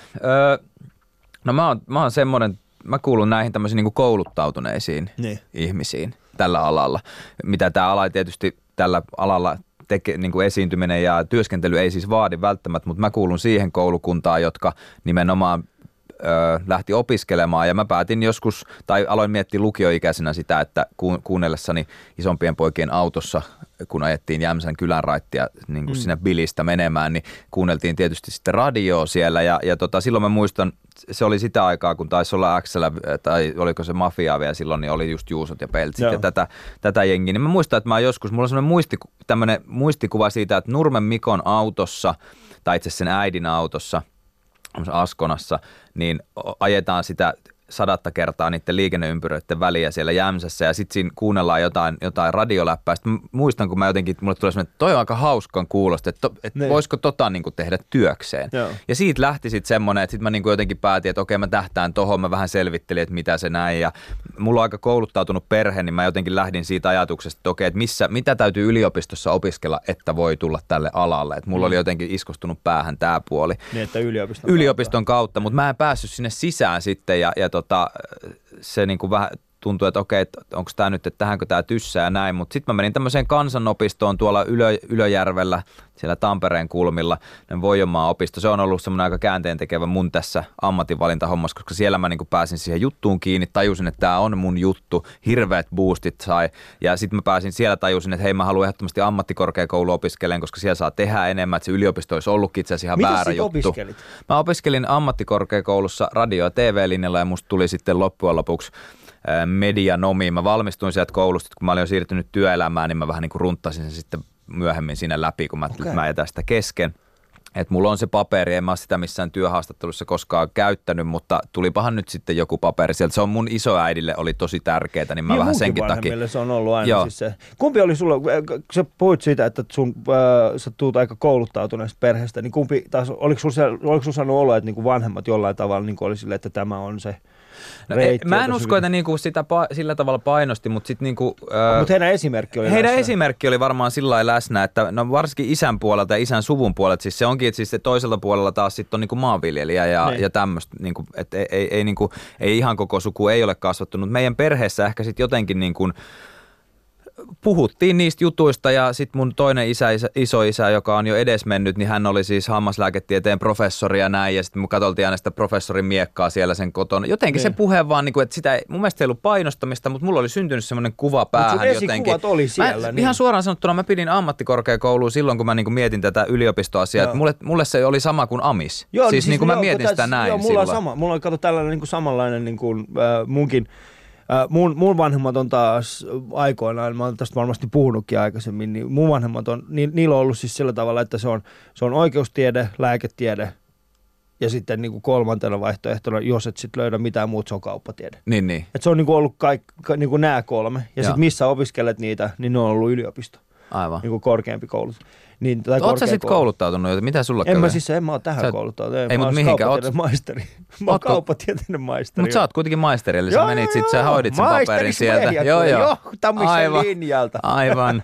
No mä oon semmonen, mä kuulun näihin tämmöisiin niinku kouluttautuneisiin ihmisiin tällä alalla. Mitä tää ala tietysti tällä alalla niin kuin esiintyminen ja työskentely ei siis vaadi välttämättä, mutta mä kuulun siihen koulukuntaan, jotka nimenomaan lähti opiskelemaan ja mä päätin joskus, tai aloin miettiä lukioikäisenä sitä, että kuunnellessani isompien poikien autossa, kun ajettiin Jämsän kylänraittia niin kuin sinne Bilistä menemään, niin kuunneltiin tietysti sitten radioa siellä ja silloin mä muistan, se oli sitä aikaa, kun taisi olla Xllä, tai oliko se Mafiaa vielä silloin, niin oli just Juusot ja Peltsit ja tätä jengiä. Niin mä muistan, että mä joskus, mulla on semmoinen tämmöinen muistikuva siitä, että Nurmen Mikon autossa, tai itse sen äidin autossa, Askonassa, niin ajetaan sitä 100 kertaa niiden liikenneympyröiden väliä siellä Jämsässä ja sitten siinä kuunnellaan jotain radioläppää. Sitten muistan, kun mä jotenkin, mulle tulee semmoinen, että toi on aika hauskan kuulosta, että voisiko niinku tehdä työkseen. Joo. Ja siitä lähti sitten semmoinen, että sitten mä niinku jotenkin päätin, että okei mä tähtään tohon, mä vähän selvittelin, että mitä se näin ja mulla on aika kouluttautunut perhe, niin mä jotenkin lähdin siitä ajatuksesta, että okei, että mitä täytyy yliopistossa opiskella, että voi tulla tälle alalle. Että mulla oli jotenkin iskostunut päähän tää puoli. Niin, että yliopiston kautta, mutta mä en päässyt sinne sisään sitten ja se niinku vähän tuntui, että okei, onko tämä nyt, että tähänkö tämä tyssää ja näin, mutta sitten mä menin tämmöiseen kansanopistoon tuolla Ylöjärvellä, siellä Tampereen kulmilla, Voijomaan opisto. Se on ollut semmoinen aika käänteentekevä mun tässä ammatinvalintahommassa, koska siellä mä niinku pääsin siihen juttuun kiinni, tajusin, että tämä on mun juttu, hirveät boostit sai, ja sitten mä pääsin siellä, tajusin, että hei, mä haluan ehdottomasti ammattikorkeakoulu opiskelemaan, koska siellä saa tehdä enemmän, että se yliopisto olisi ollutkin itse asiassa ihan väärä juttu. Opiskelit? Mä opiskelin ammattikorkeakoulussa radio- ja TV-linjalla, ja musta tuli sitten loppujen lopuksi medianomi. Mä valmistuin sieltä koulusta, kun mä olin jo siirtynyt työelämään, niin mä vähän niin kuin runttasin sen sitten myöhemmin siinä läpi, kun mä jätän sitä kesken. Että mulla on se paperi, en mä ole sitä missään työhaastattelussa koskaan käyttänyt, mutta tulipahan nyt sitten joku paperi sieltä. Se on mun isoäidille oli tosi tärkeää, niin mä vähän senkin takia. Se on ollut aina siis se. Kumpi oli sulla, kun sä puhuit siitä, että sä tuut aika kouluttautuneesta perheestä, niin kumpi taas, oliko sulla sanonut olo, että niinku vanhemmat jollain tavalla niin oli silleen, että tämä on se reitti? Mä en usko, että niinku sitä sillä tavalla painosti, mutta sitten niinku mutta heidän esimerkki oli läsnä. Esimerkki oli varmaan sillä lailla läsnä, että no varsinkin isän puolelta ja isän suvun puolelta, siis se onkin, että siis toisella puolella taas sitten on niinku maanviljelijä ja tämmöistä, niinku, että ei ihan koko suku ei ole kasvattunut. Meidän perheessä ehkä sitten jotenkin niinku puhuttiin niistä jutuista ja sitten mun toinen isoisä, joka on jo edesmennyt, niin hän oli siis hammaslääketieteen professori ja näin, ja sitten me katsottiin aina sitä professorin miekkaa siellä sen kotona. Jotenkin se puhe vaan, että sitä mun mielestä ei ollut painostamista, mutta mulla oli syntynyt semmoinen kuva päähän jotenkin. Mutta oli siellä. Ihan suoraan sanottuna mä pidin ammattikorkeakoulua silloin, kun mä mietin tätä yliopistoasiaa, että mulle se oli sama kuin AMIS. Joo, siis mä mietin sitä näin joo, mulla silloin. On sama. Mulla on tällainen samanlainen munkin. Mun vanhemmat on taas aikoinaan, mä oon tästä varmasti puhunutkin aikaisemmin, niin mun vanhemmat on, niillä on ollut siis sillä tavalla, että se on oikeustiede, lääketiede ja sitten niin kuin kolmantena vaihtoehtona, jos et sitten löydä mitään muuta, se on kauppatiede. Niin. Et se on niin kuin ollut niin kuin nämä kolme ja sitten missä opiskelet niitä, niin ne on ollut yliopisto. Aivan. Niin kuin korkeampi koulutus. Niin, ootko sä sitten kouluttautunut? Mitä sulla käy? En mä ole tähän kouluttautunut. Ei, mutta mihinkään? Maisteri. Mä oon kauppatieteinen maisteri. Mutta sä oot kuitenkin maisteri, eli sä menit sitten, sä hoidit sen paperin sieltä. Joo. Johtamisen linjalta. Aivan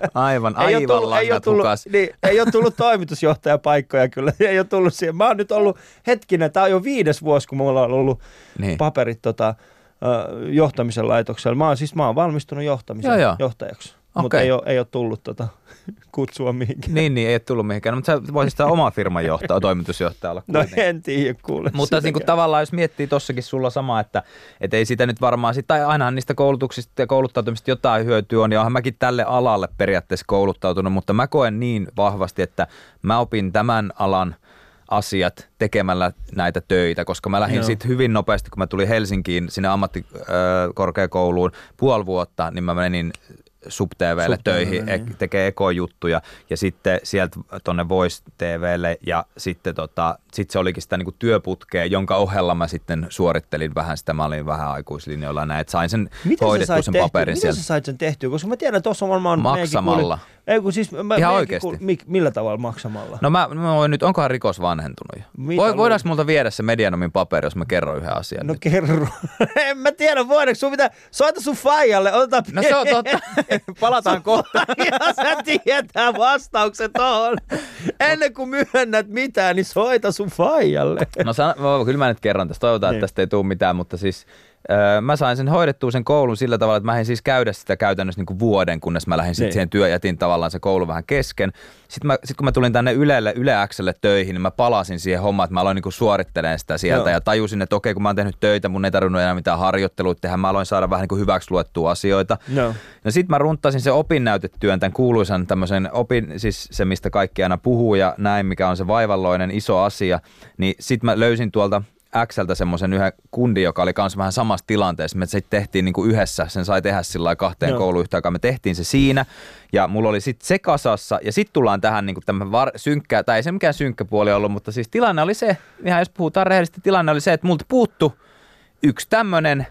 langat hukas. Ei ole tullut toimitusjohtajapaikkoja kyllä. Ei ole tullut siihen. Mä oon nyt ollut hetkinen, tää on jo 5. vuosi, kun mulla on ollut paperit johtamisen laitoksella. Mä oon valmistunut johtajaksi. Mutta ei ole tullut kutsua mihinkään. Niin, ei ole tullut mihinkään. Mutta sä voisit sitä omaa firman toimitusjohtaja olla kuitenkin. No en tiedä kuule. Mutta niin kuin tavallaan jos miettii tossakin sulla sama, että ei sitä nyt varmaan, tai ainahan niistä koulutuksista ja kouluttautumista jotain hyötyä on, ja oonhan mäkin tälle alalle periaatteessa kouluttautunut, mutta mä koen niin vahvasti, että mä opin tämän alan asiat tekemällä näitä töitä, koska mä lähdin sitten hyvin nopeasti, kun mä tulin Helsinkiin sinne ammattikorkeakouluun 5 vuotta, niin mä menin SubTV:lle töihin, tekee ekojuttuja ja sitten sieltä tonne Voice TV:lle ja sitten sit se olikin sitä niinku työputkea, jonka ohella mä sitten suorittelin vähän sitä, mä olin vähän aikuislinjoilla näin, että sain sen hoidettua sen paperin sieltä. Miten sä sait sen tehtyä? Koska mä tiedän, että tuossa on varmaan maksamalla. Ihan oikeasti. Millä tavalla maksamalla? No mä voin nyt, onkohan rikos vanhentunut jo? Voidaanko multa viedä se Medianomin paperi, jos mä kerron yhden asian? No kerro. En mä tiedä, voidaanko sun pitää, soita sun faijalle, ota no se on totta. Palataan kohta. Ja sä tietää vastaukset tohon. Ennen kuin myönnät mitään, niin soita sun faijalle. No kyllä mä nyt kerron tästä. Toivotaan, että tästä ei tule mitään, mutta siis mä sain sen hoidettua sen koulun sillä tavalla, että mä en siis käydä sitä käytännössä niin kuin vuoden, kunnes mä lähdin sitten siihen jätin tavallaan se koulu vähän kesken. Sitten kun mä tulin tänne Yle X:lle töihin, niin mä palasin siihen hommaan, että mä aloin niin kuin suorittelemaan sitä sieltä ja tajusin, että okei, kun mä oon tehnyt töitä, mun ei tarvinnut enää mitään harjoitteluita tehdä, mä aloin saada vähän niin kuin hyväksi luettua asioita. No sit mä runttasin sen opinnäytetyön, tämän kuuluisan tämmöisen siis se, mistä kaikki aina puhuu ja näin, mikä on se vaivalloinen iso asia, niin sit mä löysin tuolta Xltä semmoisen yhden kundin, joka oli kanssa vähän samassa tilanteessa. Me sitten tehtiin niinku yhdessä, sen sai tehdä sillä kahteen kouluun yhtä aikaa. Me tehtiin se siinä ja mulla oli sitten se kasassa ja sitten tullaan tähän niinku tämmöinen synkkä, tai ei se mikään synkkä puoli ollut, mutta siis tilanne oli se, ihan jos puhutaan rehellisesti, tilanne oli se, että multa puuttu yksi tämmöinen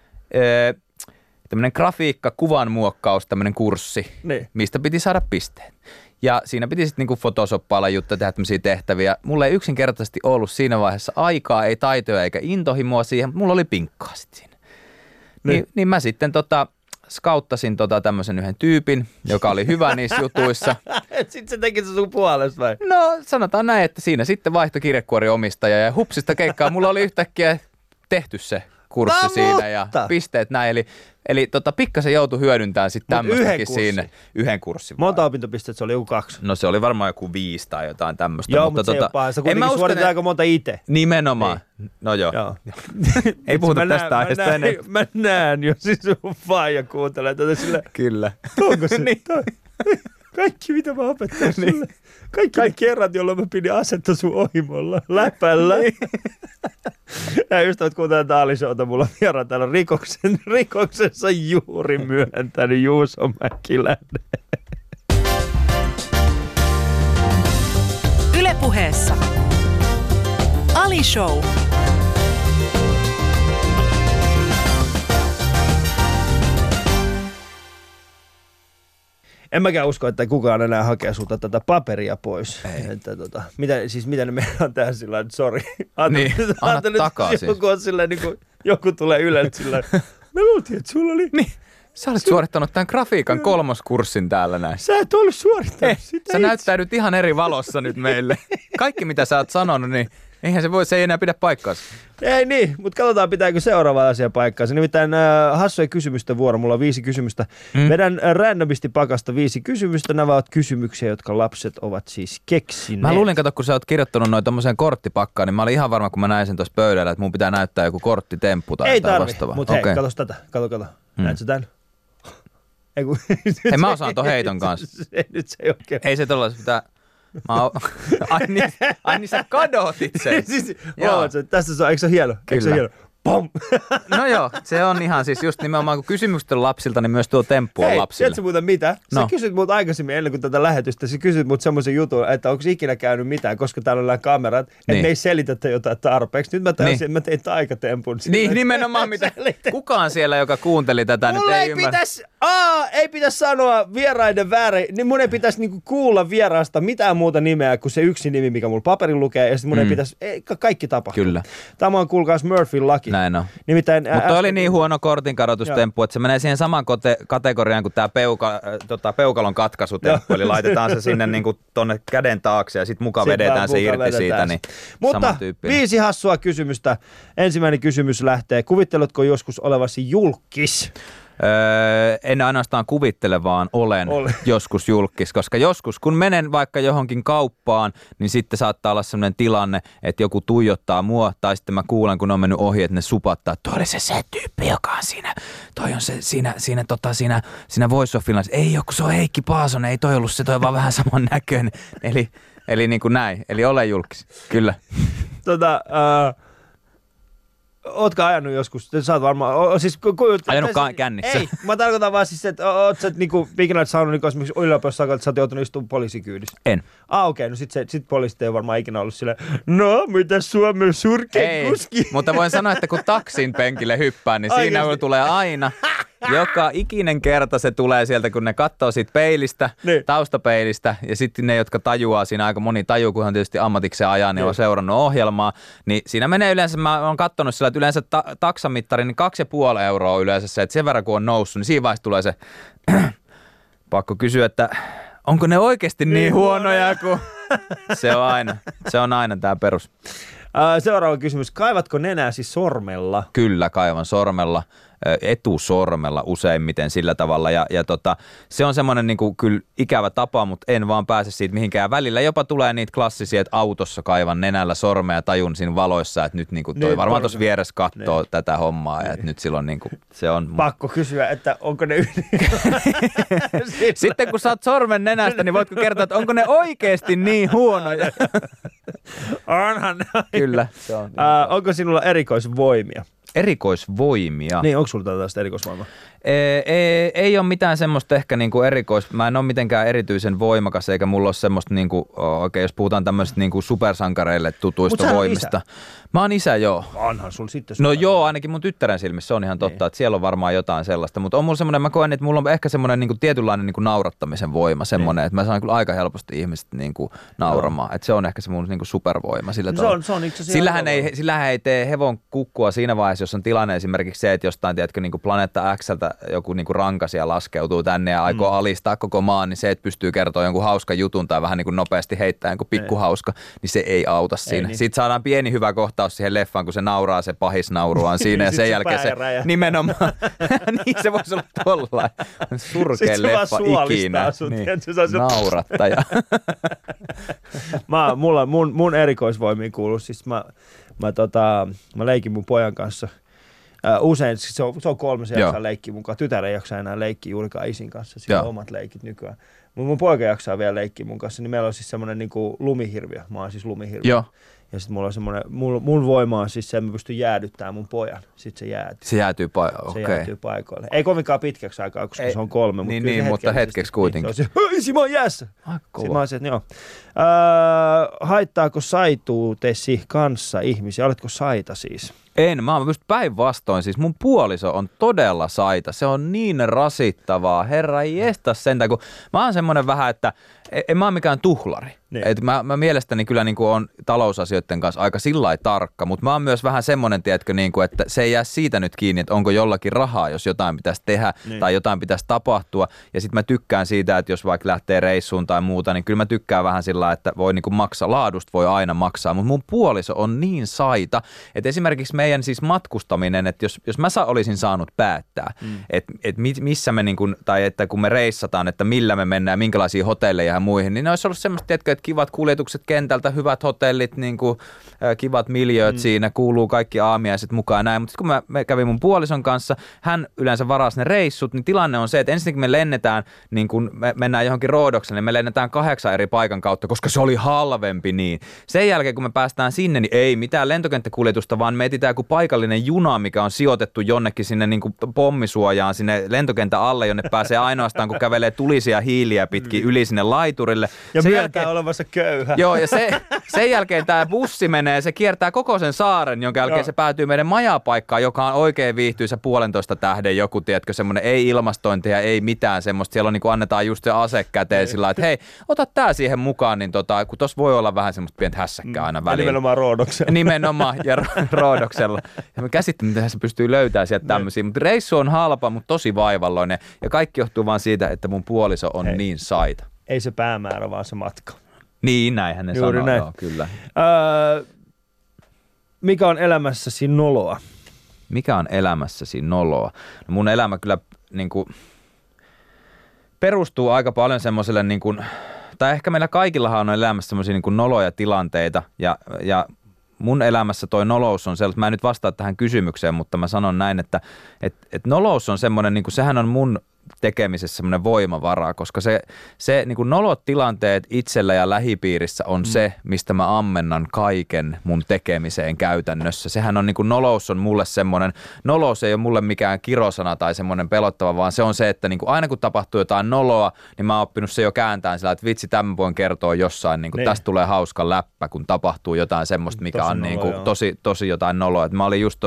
grafiikka, kuvanmuokkaus, tämmöinen kurssi, mistä piti saada pisteet. Ja siinä piti sitten niinku photoshoppailla juttuja, tehdä tämmöisiä tehtäviä. Mulla ei yksinkertaisesti ollut siinä vaiheessa aikaa, ei taitoja eikä intohimoa siihen. Mulla oli pinkkaa sitten siinä. Niin mä sitten skauttasin tämmöisen yhden tyypin, joka oli hyvä niissä jutuissa. Sitten se teki se sun puolesta vai? No sanotaan näin, että siinä sitten vaihtoi kirjekuoriomistaja ja hupsista keikkaa. Mulla oli yhtäkkiä tehty se kurssi siinä ja pisteet näin. Eli pikkasen joutui hyödyntämään sitten tämmöistäkin siinä yhden kurssin. Monta opintopistettä se oli, joku 2? No se oli varmaan joku 5 tai jotain tämmöistä. Joo, mutta se ei ole paha. Sä kuitenkin suoritit aika monta itse. Nimenomaan. Niin. No joo. Ei puhuta tästä aiheesta enää. Mä näen jo, siis sun faija kuuntelee tätä sillä. Kyllä. Onko se? Niin. Kaikki mitä mä opettelen sulle. Kaikki ne kerrat, jolloin mä pidin asetta sun ohimolla läpällä. Ja ystävät kuuntelevat Ali Showta, mulla on vieraan täällä rikoksensa juuri myöntänyt Juuso Mäkiläinen. Yle Puheessa Ali Show. En mäkään usko, että kukaan enää hakee sulta tätä paperia pois. Että, mitä ne meidän tehdä sillä tavalla, sori. Niin, anna takaisin. Joku tulee Yleltä sillä me luultiin, että sulla oli... Niin, sä olet suorittanut tämän grafiikan 3. kurssin täällä näin. Sä et ollut suorittanut sitä sä näyttäydyt ihan eri valossa nyt meille. Kaikki mitä sä oot sanonut, niin se ei enää pidä paikkaansa. Ei niin, mutta katsotaan pitääkö seuraava asia paikkaansa. Nimittäin hassuja kysymysten vuoro. Mulla on 5 kysymystä. Vedän randomisti pakasta 5 kysymystä. Nämä ovat kysymyksiä, jotka lapset ovat siis keksineet. Mä luulin, kun sä oot kirjoittanut noin tommoseen korttipakkaan, niin mä olin ihan varma, kun mä näin sen tuossa pöydällä, että mun pitää näyttää joku korttitemppu tai vastaava. Mutta hei, katos tätä. Kato. Näet sä tän? Hei, mä osaan ton heiton kanssa. Nyt se ei oikein. Ei se tollaisi pitää... Ai niin sä kadotit sen. Tässä se on, eikö se ole hieno? Kyllä. Pom! No joo, se on ihan siis just nimenomaan, kun kysymykset on lapsilta, niin myös tuo temppu on lapsille. Tiedätkö muuten mitä? Sä kysyt mut aikaisemmin ennen kuin tätä lähetystä, sä kysyt mut semmoisen jutun, että onko ikinä käynyt mitään, koska täällä on nämä kamerat, että me ei selitetä jotain tarpeeksi. Nyt mä täysin, että mä tein taikatempun. Niin, nimenomaan mitä. Kukaan siellä, joka kuunteli tätä, nyt ei ymmärrä. Ei pitäisi sanoa vieraiden väärin, niin mun ei pitäisi niinku kuulla vieraasta mitään muuta nimeä kuin se yksi nimi, mikä mulla paperin lukee, ja sitten mun ei pitäisi, kaikki tapahtuu. Kyllä. Tämä on kuulkaas Murphyn laki. Näin on. Mutta oli niin huono kortinkarotustemppu, että se menee siihen samaan kategoriaan kuin tämä peukalon katkaisutemppu, eli laitetaan se sinne niinku tonne käden taakse ja sitten muka vedetään se irti siitä. Niin mutta 5 hassua kysymystä. Ensimmäinen kysymys lähtee. Kuvitteletko joskus olevasi julkis? En ainoastaan kuvittele, vaan olen joskus julkis, koska joskus kun menen vaikka johonkin kauppaan, niin sitten saattaa olla sellainen tilanne, että joku tuijottaa mua, tai sitten mä kuulen, kun on mennyt ohi, että ne supattaa, että toi oli se tyyppi, joka on siinä, toi on se siinä Voice of Finland. Ei joku, se on Heikki Paasonen, ei toi ollut se, toi on vaan vähän saman näköinen. Eli niin kuin näin, eli olen julkis, kyllä. Ootko ajanut joskus? Sä oot varmaan... Ajanut kännissä. Ei, mä tarkoitan vaan siis, että oot sä niinku ikinä saanut niinku esimerkiksi yliopistossa, että sä oot joutunut istumaan poliisikyydissä? En. Okei, no sit poliisit ei varmaan ikinä ollut silleen, no, mitä Suomen surkein kuski? Mutta voin sanoa, että kun taksin penkille hyppään, niin siinä tulee aina... Joka ikinen kerta se tulee sieltä, kun ne katsoo siitä peilistä, taustapeilistä, ja sitten ne, jotka tajuaa, siinä aika moni tajuu, kunhan tietysti ammatikseen ajaa, niin on seurannut ohjelmaa, niin siinä menee yleensä, mä oon katsonut sillä, että yleensä taksamittari, niin 2,5 euroa yleensä se, että sen verran kun on noussut, niin siinä vaiheessa tulee se, pakko kysyä, että onko ne oikeasti niin huonoja, kun se on aina tämä perus. Seuraava kysymys. Kaivatko nenäsi sormella? Kyllä, kaivan sormella, etusormella useimmiten sillä tavalla. Ja se on semmoinen niinku kyllä ikävä tapa, mutta en vaan pääse siitä mihinkään. Välillä jopa tulee niitä klassisia, että autossa kaivan nenällä sormea ja tajun siinä valoissa, että nyt niinku toi varmaan tuossa vieressä katsoo tätä hommaa. Ja että nyt silloin niinku, se on... Pakko kysyä, että onko ne Sitten kun saat sormen nenästä, niin voitko kertoa, että onko ne oikeasti niin huonoja? Onhan. Kyllä, se on. Onko sinulla erikoisvoimia? Erikoisvoimia? Niin, onko sulla tällaista erikoisvoimaa? Ei ole mitään semmoista ehkä niinku mä en ole mitenkään erityisen voimakas, eikä mulla ole semmoista niinku, oikein jos puhutaan tämmöistä niinku supersankareille tutuista voimista. Mä oon isä, joo. Onhan sulla sitten. No joo, ainakin mun tyttären silmissä se on ihan totta, että siellä on varmaan jotain sellaista, mutta on mulla semmoinen, mä koen, että mulla on ehkä semmoinen niinku tietynlainen niinku naurattamisen voima, semmoinen, että mä saan kyllä aika helposti ihmiset niinku nauramaan, että se on ehkä se mun niinku supervoima sillä tavalla. Se on itse sillähän ei tee hevon kukkua siinä vaiheessa, jos on tilanne esimerkiksi se, että jostain, tiedätkö, niinku planeetta X:ltä joku niinku rankasia laskeutuu tänne ja aikoo alistaa koko maan, niin se, että pystyy kertoa jonkun hauska jutun tai vähän niinku nopeasti heittää jonkun pikkuhauska, niin se ei auta siinä. Niin. Sitten saadaan pieni hyvä kohtaus siihen leffaan, kun se nauraa, se pahis nauruaan siinä ja sen jälkeen se nimenomaan, niin se voisi olla tollain. Surkea leffa ikinä. Niin. Naurattaja. Mun erikoisvoimiin kuuluu, siis mä leikin mun pojan kanssa. Usein se on 3, se jaksaa leikkiä mun kanssa. Tytär ei jaksaa enää leikkiä juurikaan isin kanssa. Sillä on omat leikit nykyään. Mun poika jaksaa vielä leikkiä mun kanssa. Niin meillä on siis semmoinen niinku lumihirviö. Mä oon siis lumihirviö. Joo. Ja sitten mulla on semmoinen, mun voima on siis se, että mä pystyn jäädyttämään mun pojan. Sitten se jäätyy. Se jäätyy paikoille. Ei kovinkaan pitkäksi aikaa, koska se on 3. Mutta hetkeksi kuitenkin. Se on isi, mä oon jäässä. Sitten mä oon se, että joo. Haittaako saituutesi kanssa ihmisiä? Oletko saita siis? Mä oon just päinvastoin. Siis mun puoliso on todella saita. Se on niin rasittavaa. Herra jestas sentään, kun mä oon semmonen vähän, että en mä oon mikään tuhlari. Niin. Et mä mielestäni kyllä niinku on talousasioiden kanssa aika sillai tarkka, mutta mä oon myös vähän semmonen, tiedätkö, niinku, että se ei jää siitä nyt kiinni, että onko jollakin rahaa, jos jotain pitäisi tehdä tai jotain pitäisi tapahtua. Ja sit mä tykkään siitä, että jos vaikka lähtee reissuun tai muuta, niin kyllä mä tykkään vähän sillä, että voi niinku maksaa, laadusta voi aina maksaa. Mutta mun puoliso on niin saita, että esimerkiksi meidän siis matkustaminen, että jos mä olisin saanut päättää, että missä me niinku, tai että kun me reissataan, että millä me mennään, minkälaisiin hotelleihin ja muihin, niin ne olisi ollut semmoista, tiedätkö, että kivat kuljetukset kentältä, hyvät hotellit, niinku, kivat miljööt siinä, kuuluu kaikki aamiaiset mukaan ja näin. Mutta kun me kävin mun puolison kanssa, hän yleensä varasi ne reissut, niin tilanne on se, että ensinnäkin me lennetään, niin kun me mennään johonkin Roodokselle, niin me lennetään 8 eri paikan kautta, koska se oli halvempi niin. Sen jälkeen, kun me päästään sinne, niin ei mitään lentokenttäkuljetusta, vaan me etsitään joku paikallinen juna, mikä on sijoitettu jonnekin sinne niin kuin pommisuojaan, sinne lentokentän alle, jonne pääsee ainoastaan, kun kävelee tulisia hiiliä pitkin yli sinne laiturille. Ja myöntää olevansa köyhä. Joo, ja sen jälkeen tämä bussi menee, se kiertää koko sen saaren, jonka jälkeen se päätyy meidän majapaikkaan, joka on oikein viihtyisä 1,5 tähden joku, tiedätkö, semmoinen ei ilmastointia, ei mitään semmoista. Siellä on niin kuin annetaan just se ase käteen sillä että hei, ota tää siihen mukaan, niin kun tossa voi olla vähän semmoista pientä hässäkkää aina väliin. Nimenomaan Roodoksella. Nimenomaan, ja Roodoksella. Ja mä käsitin, miten se pystyy löytämään sieltä tämmöisiä. Mutta reissu on halpa, mutta tosi vaivalloinen. Ja kaikki johtuu vaan siitä, että mun puoliso on niin saita. Ei se päämäärä, vaan se matka. Niin, näinhän ne juuri sanoo. Näin. Joo, kyllä. Mikä on elämässäsi noloa? Mikä on elämässäsi noloa? No mun elämä kyllä niin kuin, perustuu aika paljon semmoiselle, niin kuin, tai ehkä meillä kaikillahan on elämässä semmoisia niin kuin noloja tilanteita, ja mun elämässä toi nolous on sellainen, mä en nyt vastaa tähän kysymykseen, mutta mä sanon näin, että nolous on semmoinen, niin kuin, sehän on mun tekemisessä semmoinen voimavara, koska se niin kuin nolot tilanteet itsellä ja lähipiirissä on se, mistä mä ammennan kaiken mun tekemiseen käytännössä. Sehän on niin kuin nolous on mulle semmoinen, nolous ei ole mulle mikään kirosana tai semmoinen pelottava, vaan se on se, että niin kuin aina kun tapahtuu jotain noloa, niin mä oon oppinut se jo kääntämään sillä, että vitsi, tämän voin kertoa jossain, niin kuin tästä tulee hauska läppä, kun tapahtuu jotain semmoista, mikä tosi on niin kuin tosi jotain noloa. Et mä olin just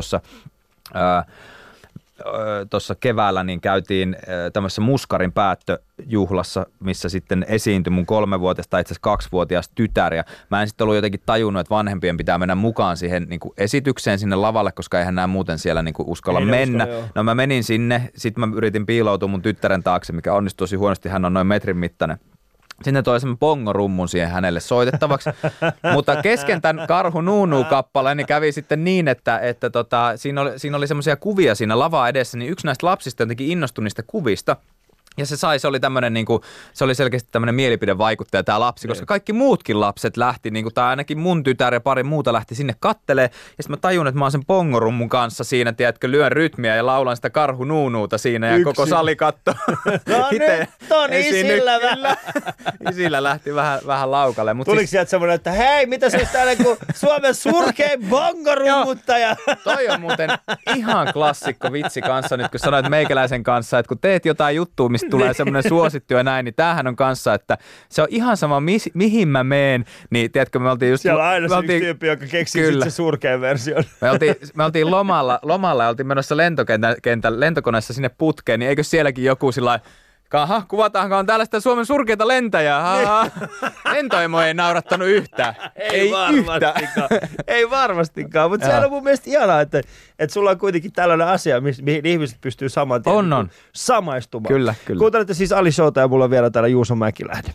tuossa keväällä niin käytiin tämmöisessä Muskarin päättöjuhlassa, missä sitten esiintyi mun 3-vuotias tai itse asiassa 2-vuotias tytär. Ja mä en sitten ollut jotenkin tajunnut, että vanhempien pitää mennä mukaan siihen niin kuin esitykseen sinne lavalle, koska eihän nämä muuten siellä niin kuin uskalla mennä. No mä menin sinne, sitten mä yritin piiloutua mun tyttären taakse, mikä onnistui tosi huonosti, hän on noin metrin mittainen. Sitten toi semmoinen pongorummun siihen hänelle soitettavaksi. Mutta kesken tämän Karhu Nuunu-kappaleen niin kävi sitten niin, että siinä oli semmoisia kuvia siinä lavaa edessä, niin yksi näistä lapsista jotenkin innostui niistä kuvista. Ja se oli tämmöinen niinku, se oli selkeästi tämmöinen mielipidevaikuttaja tämä lapsi, koska kaikki muutkin lapset lähti, niinku, tai ainakin mun tytär ja pari muuta lähti sinne kattelee. Ja sitten mä tajun, että mä oon sen pongorummun kanssa siinä, tiedätkö, lyön rytmiä ja laulan sitä Karhu Nuunuuta siinä ja koko sali kattoo. No nyt on isillä vähän. Isillä lähti vähän laukalle. Tuliko siis sieltä semmoinen, että hei, mitä se olisi täällä kuin Suomen surkein pongorummuttaja? Toi on muuten ihan klassikko vitsi kanssa nyt, kun sanoit meikäläisen kanssa, että kun teet jotain juttua, mistä tulee semmoinen suosittu ja näin, niin tämähän on kanssa, että se on ihan sama, mihin mä meen, niin tiedätkö, me oltiin just... Siellä on aina se yksi tyyppi, joka keksii sitten se surkein version. Me oltiin lomalla ja oltiin menossa lentokoneessa sinne putkeen, niin eikö sielläkin joku sillä kuvataankaan tällaista Suomen surkeita lentäjää. Lentoimo ei naurattanut yhtään. Ei varmastikaan. Ei varmastikaan, mutta se on mun mielestä ihanaa, että sulla on kuitenkin tällainen asia, mihin ihmiset pystyy saman tien samaistumaan. Kyllä. Kuuntelette siis Ali Showta ja mulla on vielä täällä Juuso Mäkilähde.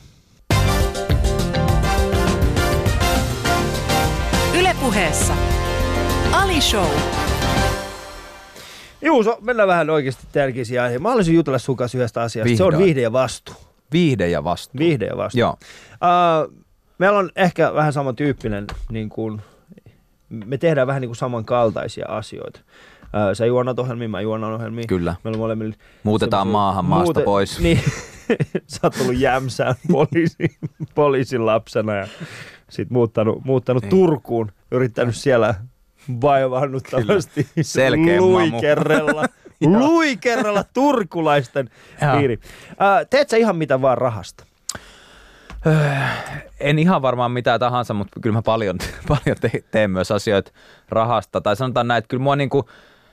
Yle Puheessa Ali Show. Juuso, mennään vähän oikeasti tärkeisiin aiheisiin. Mä haluaisin jutella sun kanssa yhdestä asiasta. Vihdoin. Se on viihde ja vastuu. Viihde ja vastuu. Joo. Meillä on ehkä vähän samantyyppinen, niin kuin, me tehdään vähän niin kuin samankaltaisia asioita. Sä juonat ohjelmia, mä juonan ohjelmia. Kyllä. Meillä on molemmilla muutetaan maasta pois. Niin, sä oot tullut Jämsään poliisin lapsena ja sit muuttanut Turkuun, yrittänyt siellä vaivannuttavasti luikerrella turkulaisten piiri. Teet sä ihan mitä vaan rahasta? En ihan varmaan mitä tahansa, mutta kyllä mä paljon teen myös asioita rahasta. Tai sanotaan näin, että kyllä mua niinku,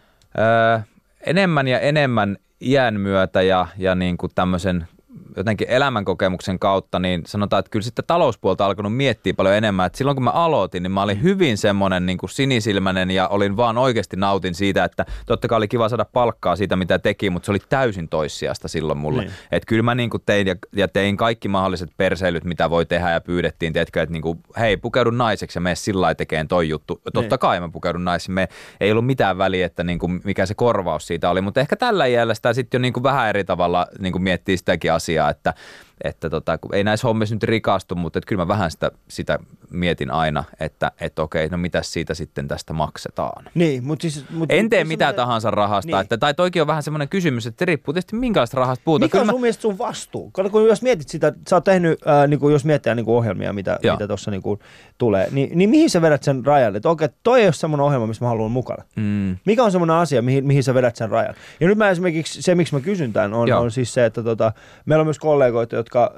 enemmän ja enemmän iän myötä ja niinku tämmöisen jotenkin elämänkokemuksen kautta, niin sanotaan, että kyllä sitten talouspuolta alkanut miettiä paljon enemmän. Että silloin kun mä aloitin, niin mä olin hyvin semmoinen niin kuin sinisilmäinen ja olin vaan oikeasti nautin siitä, että totta kai oli kiva saada palkkaa siitä, mitä teki, mutta se oli täysin toissijasta silloin mulle. Niin. Että kyllä mä niin kuin tein kaikki mahdolliset perseilyt, mitä voi tehdä ja pyydettiin, tiedätkö, että niin kuin, hei, pukeudu naiseksi ja mene sillä lailla tekemään toi juttu. Totta kai mä pukeudun naiseksi. Ei ollut mitään väliä, että niin kuin, mikä se korvaus siitä oli, mutta ehkä tällä iällä sitä sitten jo niin kuin vähän eri tavalla niin kuin miettii sitäkin asiaa, että kun ei näissä hommissa nyt rikastu, mutta kyllä mä vähän sitä mietin aina, että okei, no mitäs siitä sitten tästä maksetaan. Niin, en tee mitä tahansa rahasta. Niin. Tai toikin on vähän semmoinen kysymys, että riippuu tietysti minkälaista rahasta puhutaan. Mikä on sun mielestä sun vastuu? Kun jos mietit sitä, sä oot tehnyt, jos miettii ohjelmia, mitä tuossa tulee, niin mihin sä vedät sen rajan? Että okei, toi ei ole semmoinen ohjelma, missä mä haluan mukana. Mikä on semmoinen asia, mihin sä vedät sen rajan? Ja nyt mä esimerkiksi, se miksi mä kysyn tämän, on siis se, että meillä on myös kollegoita, jotka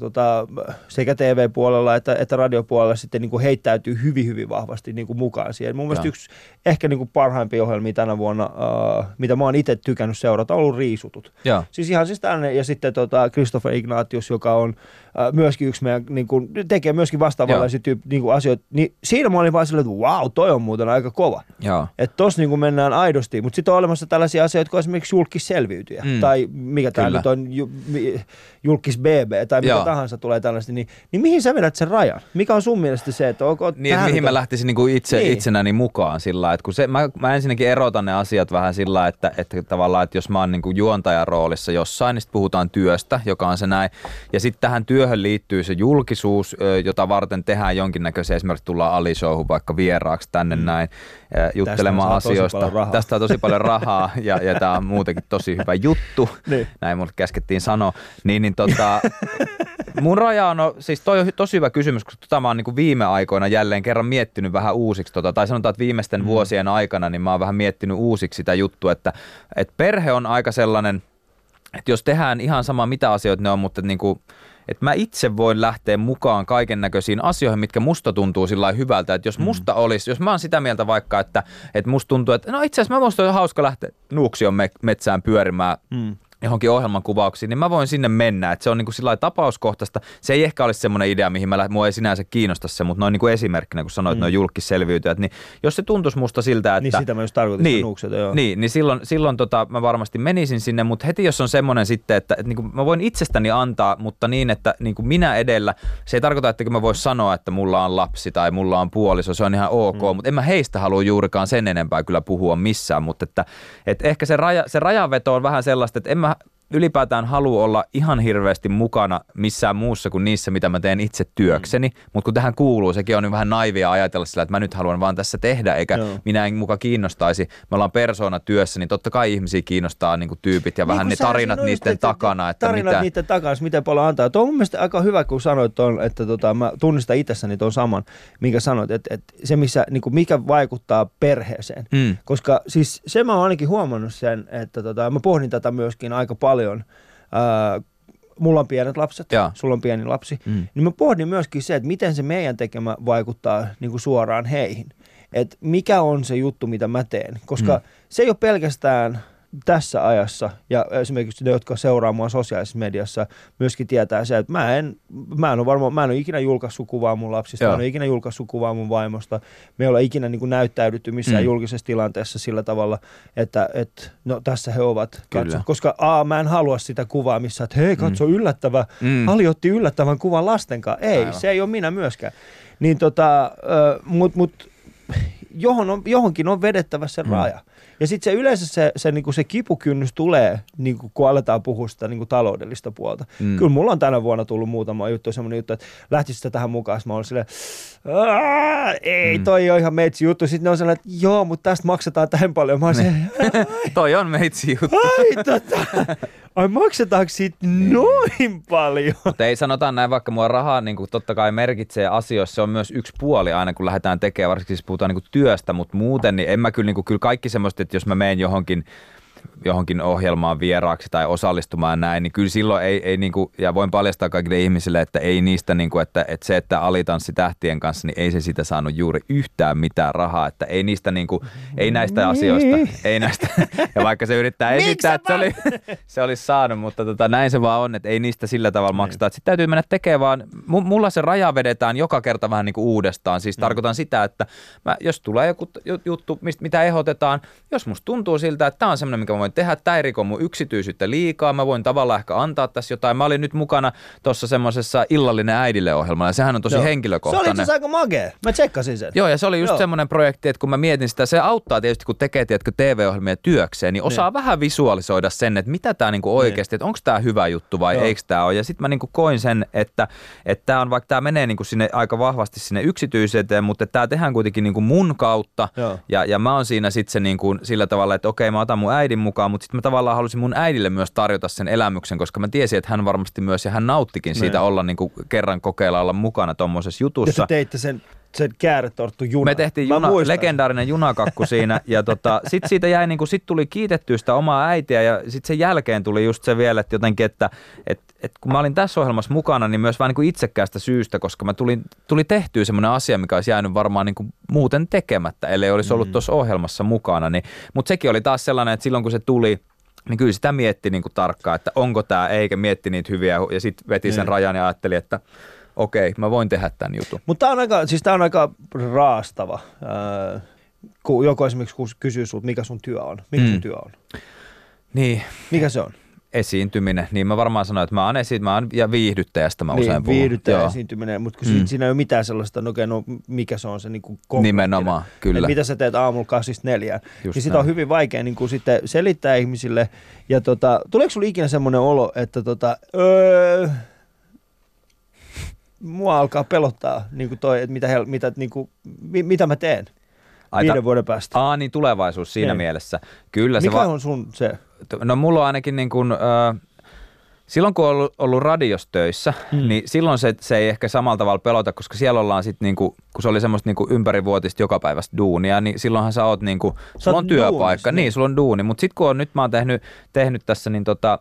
sekä TV-puolella että radiopuolella sitten niin kuin heittäytyy hyvin, hyvin vahvasti niin kuin mukaan siihen. Mun mielestä yksi ehkä niin kuin parhaimpia ohjelmia tänä vuonna, mitä mä oon itse tykännyt seurata, on ollut Riisutut. Siis ihan siis tällainen, ja sitten Christopher Ignatius, joka on myöskin yksi meidän, niin kuin, tekee myöskin vastaavanlaisia niin kuin asioita, niin siinä mä olin vaan silleen, että vau, toi on muuten aika kova. Että tossa niin kuin mennään aidosti, mutta sitten on olemassa tällaisia asioita, kuin esimerkiksi julkisselviytyjä, tai mikä tämä nyt on, julkis BB, tai mitä tahansa tulee tällaista, niin mihin sä vedät sen rajan? Mikä on sun mielestä se, että niin, mihin mä lähtisin niinku itsenäni mukaan sillä, että kun mä ensinnäkin erotan ne asiat vähän sillä, että tavallaan, että jos mä oon niinku juontajan roolissa jossain, niin sitten puhutaan työstä, joka on se näin, ja sitten tähän työhön liittyy se julkisuus, jota varten tehdään jonkinnäköisiä, esimerkiksi tullaan Ali Showhun vaikka vieraaksi tänne näin, juttelemaan asioista. Tästä on tosi paljon rahaa, ja tää on muutenkin tosi hyvä juttu, näin mulle käskettiin sanoa, niin mun raja on, siis toi on tosi hyvä kysymys, koska mä oon niin kuin viime aikoina jälleen kerran miettinyt vähän uusiksi, tai sanotaan, että viimeisten vuosien aikana, niin mä oon vähän miettinyt uusiksi sitä juttua, että perhe on aika sellainen, että jos tehdään ihan sama mitä asioita ne on, mutta niin kuin, että mä itse voin lähteä mukaan kaiken näköisiin asioihin, mitkä musta tuntuu sillä lailla hyvältä, että jos musta olisi, jos mä oon sitä mieltä vaikka, että musta tuntuu, että no itse asiassa mä musta olisi hauska lähteä Nuuksion metsään pyörimään, johonkin ohjelman kuvauksiin, niin mä voin sinne mennä. Että se on niin kuin sillä tapauskohtaista. Se ei ehkä olisi semmoinen idea, mihin mua ei sinänsä kiinnosta se, mutta noin niin kuin esimerkkinä, kun sanoit, että noin julkisselviytyjät, niin jos se tuntuisi musta siltä, että... Niin sitä mä just tarkoitin, joo. Niin silloin mä varmasti menisin sinne, mutta heti jos on semmoinen sitten, että niin kuin mä voin itsestäni antaa, mutta niin, että niin kuin minä edellä, se ei tarkoita, että mä vois sanoa, että mulla on lapsi tai mulla on puoliso, se on ihan ok, mutta en mä heistä halua juurikaan sen enempää kyllä puhua missään, mutta että ehkä se rajanveto on vähän sellaista, että en mä ylipäätään halua olla ihan hirveästi mukana missään muussa kuin niissä, mitä mä teen itse työkseni, mutta kun tähän kuuluu, sekin on vähän naivia ajatella sillä, että mä nyt haluan vaan tässä tehdä, eikä minä en muka kiinnostaisi. Me ollaan persoona työssä, niin totta kai ihmisiä kiinnostaa niin kuin tyypit ja vähän ne tarinat niiden takana. Että tarinat niiden takana, miten paljon antaa. Tuo on mun mielestä aika hyvä, kun sanoit ton, että mä tunnistan itsessäni tuon saman, minkä sanoit, että se missä, niin kuin mikä vaikuttaa perheeseen. Koska siis se mä oon ainakin huomannut sen, että mä pohdin tätä myöskin aika paljon. Mulla on pienet lapset, sulla on pieni lapsi, niin mä pohdin myöskin se, että miten se meidän tekemä vaikuttaa niin kuin suoraan heihin. Että mikä on se juttu, mitä mä teen. Koska se ei ole pelkästään tässä ajassa, ja esimerkiksi ne, jotka seuraa mua sosiaalisessa mediassa, myöskin tietää se, että mä en ole ikinä julkaissut kuvaa mun lapsista, mä en ole ikinä julkaissut kuvaa mun vaimosta, me ei olla ikinä niin kuin näyttäydytty missään julkisessa tilanteessa sillä tavalla, että no tässä he ovat, katso. Koska mä en halua sitä kuvaa missä, että hei katso yllättävä, Ali otti yllättävän kuvan lastenkaan, ei, se ei ole minä myöskään. Niin mut johonkin on vedettävä se raja. Ja sitten se yleensä se kipukynnys tulee, niin kun aletaan puhua sitä niin taloudellista puolta. Kyllä mulla on tänä vuonna tullut muutama juttu, semmoinen juttu, että lähtisikö tähän mukaan. Mä olin silleen, ei, toi on ihan meitsi juttu. Sitten ne on sellainen, että joo, mutta tästä maksetaan tähän paljon. Mä olin toi on meitsi juttu. Ai maksetaanko siitä noin paljon? Mutta ei sanotaan näin, vaikka mua rahaa niin kuin totta kai merkitsee asioissa, se on myös yksi puoli aina, kun lähdetään tekemään, varsinkin siis puhutaan niin kuin työstä, mutta muuten, niin en mä kyllä, niin kuin, kyllä kaikki semmoista, että jos mä menen johonkin ohjelmaan vieraaksi tai osallistumaan näin, niin kyllä silloin ei niin kuin, ja voin paljastaa kaikille ihmisille, että ei niistä, niin kuin, että se, että Ali tanssi tähtien kanssa, niin ei se sitä saanut juuri yhtään mitään rahaa, että ei niistä niin kuin, ei näistä asioista, ei näistä, ja vaikka se yrittää esittää, että se olisi saanut, mutta näin se vaan on, että ei niistä sillä tavalla makseta, että sitten täytyy mennä tekemään, vaan mulla se raja vedetään joka kerta vähän niin kuin uudestaan, siis tarkoitan sitä, että jos tulee joku juttu, mitä ehdotetaan, jos musta tuntuu siltä, että tämä on semmoinen, mikä mä voin tehdä, tämä ei riko mun yksityisyyttä liikaa, mä voin tavallaan ehkä antaa tässä jotain. Mä olin nyt mukana tuossa semmoisessa Illallinen äidille -ohjelmalla, ja sehän on tosi henkilökohtainen. Se oli itse asiassa aika magea, mä tsekkasin sen. Joo, ja se oli just semmoinen projekti, että kun mä mietin sitä, se auttaa tietysti, kun tekee TV-ohjelmia työkseen, niin osaa vähän visualisoida sen, että mitä tämä niinku oikeasti, että onko tämä hyvä juttu vai eikö tämä ole. Ja sitten mä niinku koin sen, että tämä on, vaikka tämä menee niinku sinne aika vahvasti sinne yksityisyyteen, mutta tämä tehdään kuitenkin niinku mun kautta, ja mä oon siinä sitten se niinku sillä tavalla, että okei, mä otan mun äidin mukaan, mutta sitten mä tavallaan halusin mun äidille myös tarjota sen elämyksen, koska mä tiesin, että hän varmasti myös, ja hän nauttikin siitä olla niin kuin kerran kokeilla olla mukana tuommoisessa jutussa. Ja te teitte sen kääretorttu juna. Me tehtiin legendaarinen junakakku siinä, ja sitten siitä jäi, niin kuin, sit tuli kiitettyä sitä omaa äitiä, ja sitten sen jälkeen tuli just se vielä, että jotenkin, että kun mä olin tässä ohjelmassa mukana, niin myös vähän niin kuin itsekkäästä syystä, koska mä tuli tehtyä semmoinen asia, mikä olisi jäänyt varmaan niin kuin muuten tekemättä, ellei olisi ollut tuossa ohjelmassa mukana. Mutta sekin oli taas sellainen, että silloin kun se tuli, niin kyllä sitä mietti niin kuin tarkkaan, että onko tämä, eikä mietti niitä hyviä, ja sitten veti sen rajan ja ajatteli, että okei, mä voin tehdä tämän jutun. Mutta tämä on aika raastava, kun joku esimerkiksi kysyy sulta, mikä sun työ on. Mikä sun työ on? Niin. Mikä se on? Esiintyminen. Niin mä varmaan sanoin, että mä oon ja viihdyttäjästä mä usein puhun. Viihdyttäjä esiintyminen, mutta kun siinä ei ole mitään sellaista, mikä se on se niin nimenomaan, kyllä. Että mitä sä teet aamulla 8-4. Niin sitä on hyvin vaikea niin kuin sitten selittää ihmisille. Ja tuleeko sulla ikinä semmoinen olo, että mua alkaa pelottaa niin kuin toi, että mitä mä teen 5 vuoden päästä. Niin tulevaisuus siinä mielessä. Kyllä. Mikä on sun se? No mulla on ainakin niin kuin, silloin kun on ollut radiossa töissä, niin silloin se ei ehkä samalla tavalla pelota, koska siellä ollaan sitten niin kuin, kun se oli semmoista niin kuin ympärivuotista jokapäiväistä duunia, niin silloinhan sä oot niin kuin, sulla on työpaikka, niin sulla on duuni, mutta sitten kun nyt mä oon tehnyt tässä niin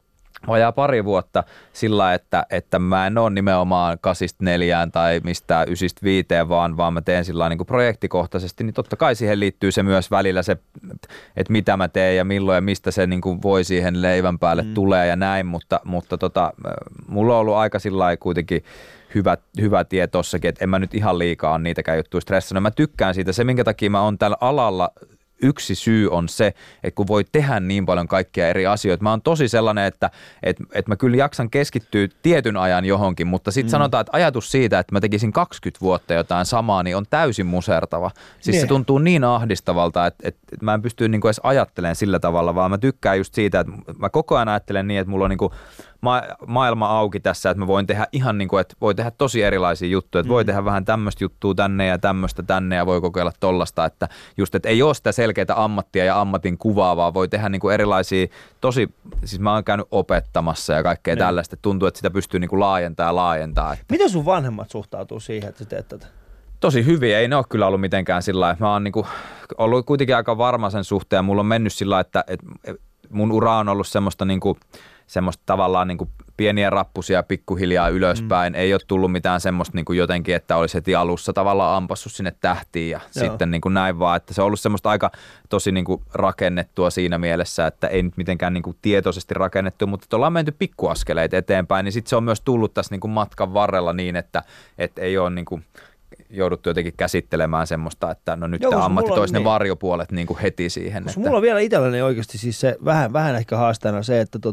vajaa pari vuotta sillä, että mä en ole nimenomaan 8-4 tai mistään 9-5, vaan mä teen sillä niin kuin projektikohtaisesti, niin totta kai siihen liittyy se myös välillä se, että mitä mä teen ja milloin ja mistä se niin kuin voi siihen leivän päälle tulee ja näin, mutta mulla on ollut aika sillä kuitenkin hyvä tie tossakin, että en mä nyt ihan liikaa niitäkään juttuja stressannut. Mä tykkään siitä, se minkä takia mä oon tällä alalla. Yksi syy on se, että kun voi tehdä niin paljon kaikkia eri asioita. Mä oon tosi sellainen, että mä kyllä jaksan keskittyä tietyn ajan johonkin, mutta sitten sanotaan, että ajatus siitä, että mä tekisin 20 vuotta jotain samaa, niin on täysin musertava. Siis se tuntuu niin ahdistavalta, että mä en pysty niinku edes ajattelemaan sillä tavalla, vaan mä tykkään just siitä, että mä koko ajan ajattelen niin, että mulla on niinku maailma auki tässä, että mä voin tehdä ihan niin kuin, että voi tehdä tosi erilaisia juttuja, että voi tehdä vähän tämmöistä juttua tänne ja tämmöistä tänne ja voi kokeilla tollasta, että just, että ei ole sitä selkeää ammattia ja ammatin kuvaa, vaan voi tehdä niin kuin erilaisia siis mä oon käynyt opettamassa ja kaikkea tällaista, että tuntuu, että sitä pystyy niin kuin laajentaa. Että. Miten sun vanhemmat suhtautuu siihen, että sä teet tätä? Tosi hyvin, ei ne ole kyllä ollut mitenkään sillä lailla, mä oon niin kuin ollut kuitenkin aika varma sen suhteen ja mulla on mennyt sillä lailla, että mun ura on ollut semmoista tavallaan niin kuin pieniä rappusia pikkuhiljaa ylöspäin. Ei ole tullut mitään semmoista niin kuin jotenkin, että olisi heti alussa tavallaan ampassut sinne tähtiin ja sitten niin kuin näin vaan. Että se on ollut semmoista aika tosi niin kuin rakennettua siinä mielessä, että ei nyt mitenkään niin kuin tietoisesti rakennettu, mutta ollaan menty pikkuaskeleita eteenpäin. Niin sitten se on myös tullut tässä niin kuin matkan varrella niin, että ei ole niin kuin jouduttu jotenkin käsittelemään semmoista, että no nyt tämä ammatti toisi ne varjopuolet niin kuin heti siihen. Että. Mulla on vielä itselläni oikeasti siis se vähän ehkä haasteena se, että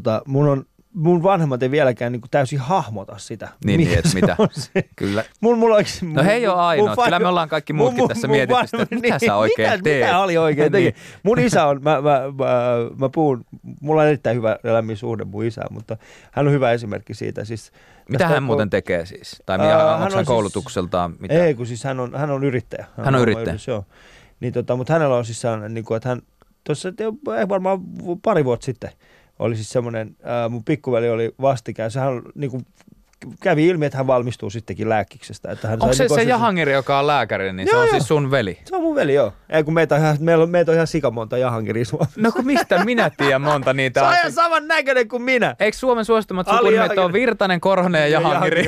mun vanhemmat ei vieläkään niin kuin täysin hahmota sitä. Niin, että mitä? Kyllä. No he ei ole ainoa. Kyllä me ollaan kaikki muutkin tässä mietitty, että mitä sä oikein teet. Mitä oli oikein teki? Mun isä on, mä puhun, mulla on erittäin hyvä lämmin suhde mun isään, mutta hän on hyvä esimerkki siitä. Siis, mitä hän muuten tekee siis? Tai onko hän koulutukseltaan? Mitä? Ei, kun siis hän on yrittäjä. Hän on yrittäjä? Joo. Niin, mutta hänellä on siis sellainen, niin kuin, että hän tuossa varmaan pari vuotta sitten oli siis semmoinen, mun pikkuveli oli vastikään, sehän niin kuin kävi ilmi, että hän valmistuu sittenkin lääkiksestä. Että hän onko se Jahangiri, joka on lääkäri, niin joo, se on siis sun veli? Se on mun veli, joo. Ei kun meitä on ihan sikamonta Jahangiria Suomessa. No kun mistä minä tiedän monta niitä? Se on ihan saman näköinen kuin minä. Eikö Suomen suositumat sukunimet on Virtanen, Korhonen ja Jahangiri?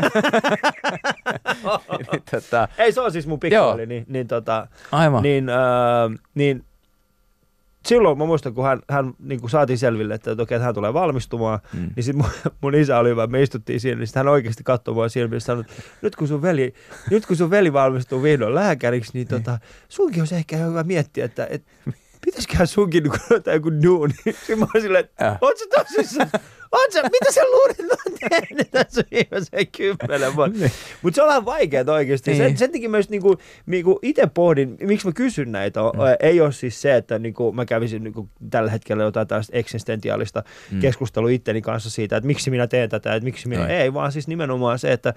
Ei, se on siis mun pikkuveli. Aivan. Niin silloin mä muistan, kun hän niin kuin saatiin selville, että hän tulee valmistumaan, niin sitten mun isä oli hyvä, me istuttiin siinä, niin sitten hän oikeasti katsoi mua silmiin ja sanoi, että nyt kun sun veli valmistuu vihdoin lääkäriksi, niin sunkin olisi ehkä hyvä miettiä, että pitäisiköhän sunkin joku duuni. Sitten mä oon silleen, että oot sä tosissaan? Mitä sä luulet, että mä oon tehnyt tässä viimeiseen 10 vuotta? Mutta se on vähän vaikeaa oikeasti. Sen takia mä just niinku itse pohdin, miksi mä kysyn näitä. Ei ole siis se, että niinku mä kävisin niinku tällä hetkellä jotain tällaista eksistentiaalista keskustelua itteni kanssa siitä, että miksi minä teen tätä, että miksi minä ei, vaan siis nimenomaan se, että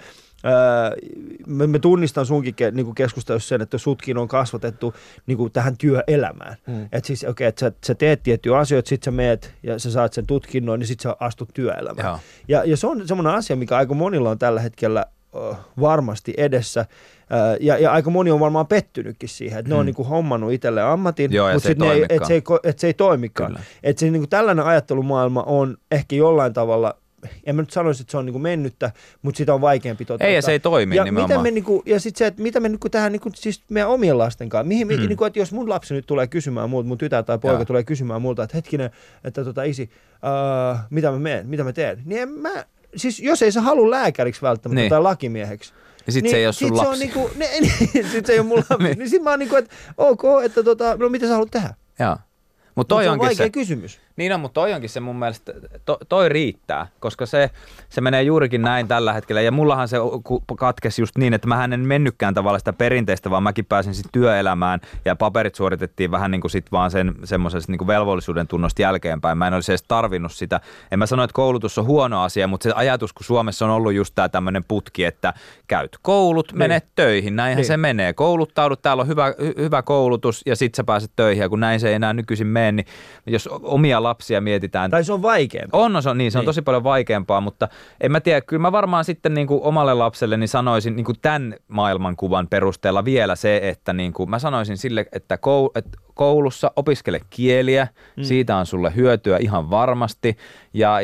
mä tunnistan sunkin niinku keskustelussa sen, että sutkin on kasvatettu niinku tähän työelämään. Että siis että sä teet tiettyjä asioita, sit sä meet ja sä saat sen tutkinnon, niin sit sä astut työelämään. Ja se on semmoinen asia, mikä aika monilla on tällä hetkellä varmasti edessä. Ja aika moni on varmaan pettynytkin siihen, että ne on niinku hommannut itselleen ammatin, mutta se ei toimikaan. Että se niinku tällainen ajattelumaailma on ehkä jollain tavalla, en mä nyt sanoisi, että se on niinku mennyttä, mutta sitä on vaikeampi toteuttaa. Ei, ja se ei toimi nimenomaan. Ja sitten se, että mitä me niinku tähän niinku, siis meidän omien lasten kanssa, niinku, että jos mun lapsi nyt tulee kysymään multa, mun tytär tai poika tulee kysymään multa, että hetkinen, että isi, mitä mä teen, niin siis jos ei sä halua lääkäriksi välttämättä tai lakimieheksi, ja sit se ei ole sun lapsi. Sit se ei ole mun lapsi. Niin sit mä oon niinku, että että no mitä sä haluat tehdä? Joo. Mutta se on vaikea kysymys. Niin on, mutta toi onkin se mun mielestä, toi riittää, koska se menee juurikin näin tällä hetkellä. Ja mullahan se katkesi just niin, että mähän en mennytkään tavallaan sitä perinteistä, vaan mäkin pääsin sitten työelämään ja paperit suoritettiin vähän niin kuin sit vaan sen semmoisesta niin kuin velvollisuuden tunnosta jälkeenpäin. Mä en olisi edes tarvinnut sitä. En mä sano, että koulutus on huono asia, mutta se ajatus, kun Suomessa on ollut just tää tämmöinen putki, että käyt koulut, menet töihin. Näinhän se menee. Kouluttaudut, täällä on hyvä koulutus ja sit sä pääset töihin ja kun näin se ei enää nykyisin mene, moneen, niin jos omia lapsia mietitään. Tai se on vaikeampaa. Se on tosi paljon vaikeampaa, mutta en mä tiedä, kyllä mä varmaan sitten niin kuin omalle lapselle niin sanoisin niin kuin tämän maailmankuvan perusteella vielä se, että niin kuin mä sanoisin sille, että koulussa opiskele kieliä, siitä on sulle hyötyä ihan varmasti ja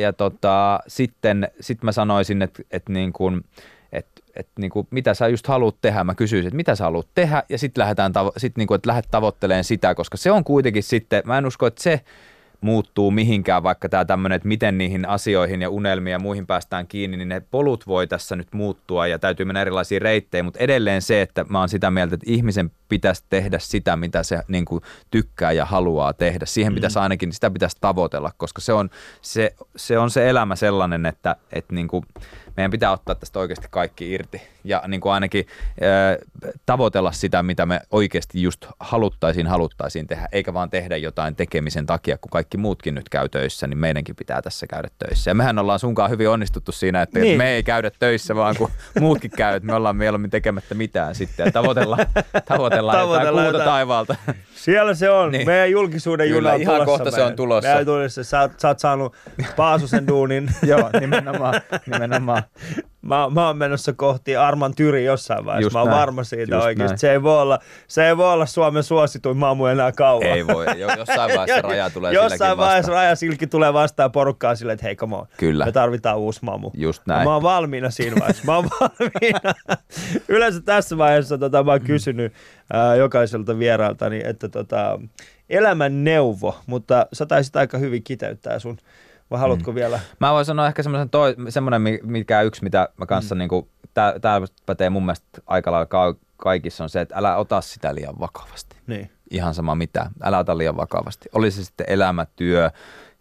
sitten mä sanoisin, että niin kuin, että niinku, mitä sä just haluat tehdä, mä kysyisin, että mitä sä haluat tehdä, ja sitten niinku, että lähdet tavoittelemaan sitä, koska se on kuitenkin sitten, mä en usko, että se muuttuu mihinkään, vaikka tämä tämmöinen, että miten niihin asioihin ja unelmiin ja muihin päästään kiinni, niin ne polut voi tässä nyt muuttua ja täytyy mennä erilaisiin reitteihin, mutta edelleen se, että mä oon sitä mieltä, että ihmisen pitäisi tehdä sitä, mitä se niin kuin tykkää ja haluaa tehdä. Siihen pitäisi ainakin, sitä pitäisi tavoitella, koska se on se elämä sellainen, että niin kuin meidän pitää ottaa tästä oikeasti kaikki irti ja niin kuin ainakin tavoitella sitä, mitä me oikeasti just haluttaisiin tehdä, eikä vaan tehdä jotain tekemisen takia, kun kaikki muutkin nyt käy töissä, niin meidänkin pitää tässä käydä töissä. Ja mehän ollaan sunkaan hyvin onnistuttu siinä, että me ei käydä töissä, vaan kun muutkin käy, että me ollaan mieluummin tekemättä mitään sitten ja tavoitellaan jotain kuuta taivaalta. Siellä se on. Niin. Meidän julkisuuden juna on ihan tulossa. Kohta se on tulossa. Sä oot saanut Paasusen duunin. Joo, nimenomaan. Mä oon menossa kohti Arman Tyri jossain vaiheessa. Just mä oon varma siitä oikeasti. Se ei voi olla Suomen suosituin maamu enää kauan. Ei voi. Jossain vaiheessa raja tulee silläkin Jossain vaiheessa rajasilkki tulee vastaan porukkaa silleen, että hei, come on. Kyllä. Me tarvitaan uusi maamu. Just näin. Mä oon valmiina siinä vaiheessa. Mä oon valmiina. Yleensä tässä vaiheessa mä oon kysynyt jokaiselta vierailtani, että elämän neuvo, mutta sä taisit aika hyvin kiteyttää sun. Vai haluatko vielä? Mä voin sanoa ehkä semmoinen, mikä yksi, mitä mä kanssa, niinku, täällä pätee mun mielestä aika lailla kaikissa, on se, että älä ota sitä liian vakavasti. Niin. Ihan sama mitä, älä ota liian vakavasti. Oli se sitten elämä, työ,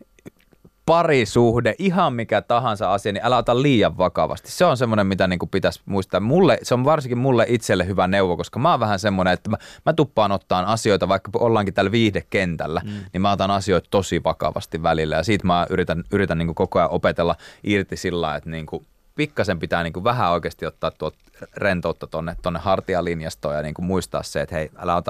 parisuhde, ihan mikä tahansa asia, niin älä ota liian vakavasti. Se on semmoinen, mitä niinku pitäisi muistaa. Se on varsinkin mulle itselle hyvä neuvo, koska mä oon vähän semmoinen, että mä tuppaan ottaan asioita, vaikka ollaankin täällä viihdekentällä, niin mä otan asioita tosi vakavasti välillä. Ja siitä mä yritän niinku koko ajan opetella irti sillä, että niinku pikkasen pitää niinku vähän oikeasti ottaa tuota rentoutta tonne hartialinjastoon ja niinku muistaa se, että hei, älä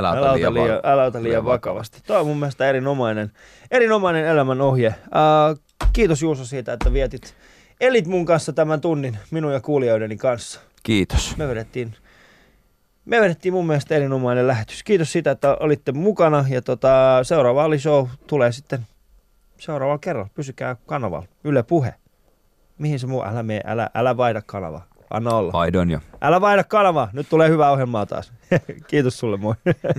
ota liian vakavasti. Tuo on mun mielestä erinomainen elämän ohje. Kiitos Juuso siitä, että elit mun kanssa tämän tunnin minun ja kuulijoideni kanssa. Kiitos. Me vedettiin mun mielestä erinomainen lähetys. Kiitos siitä, että olitte mukana ja seuraava Ali Show tulee sitten seuraavalla kerralla. Pysykää kanavalla. Yle Puhe. Mihin se muu? Älä vaihda kanavaa. Anna olla. Vaihdoin jo. Älä vaihda kanavaa. Nyt tulee hyvää ohjelmaa taas. Kiitos sulle, moi.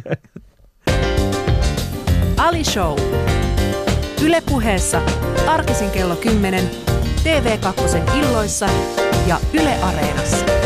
Ali Show. Yle Puheessa arkisin kello 10, TV2 illoissa ja Yle Areenassa.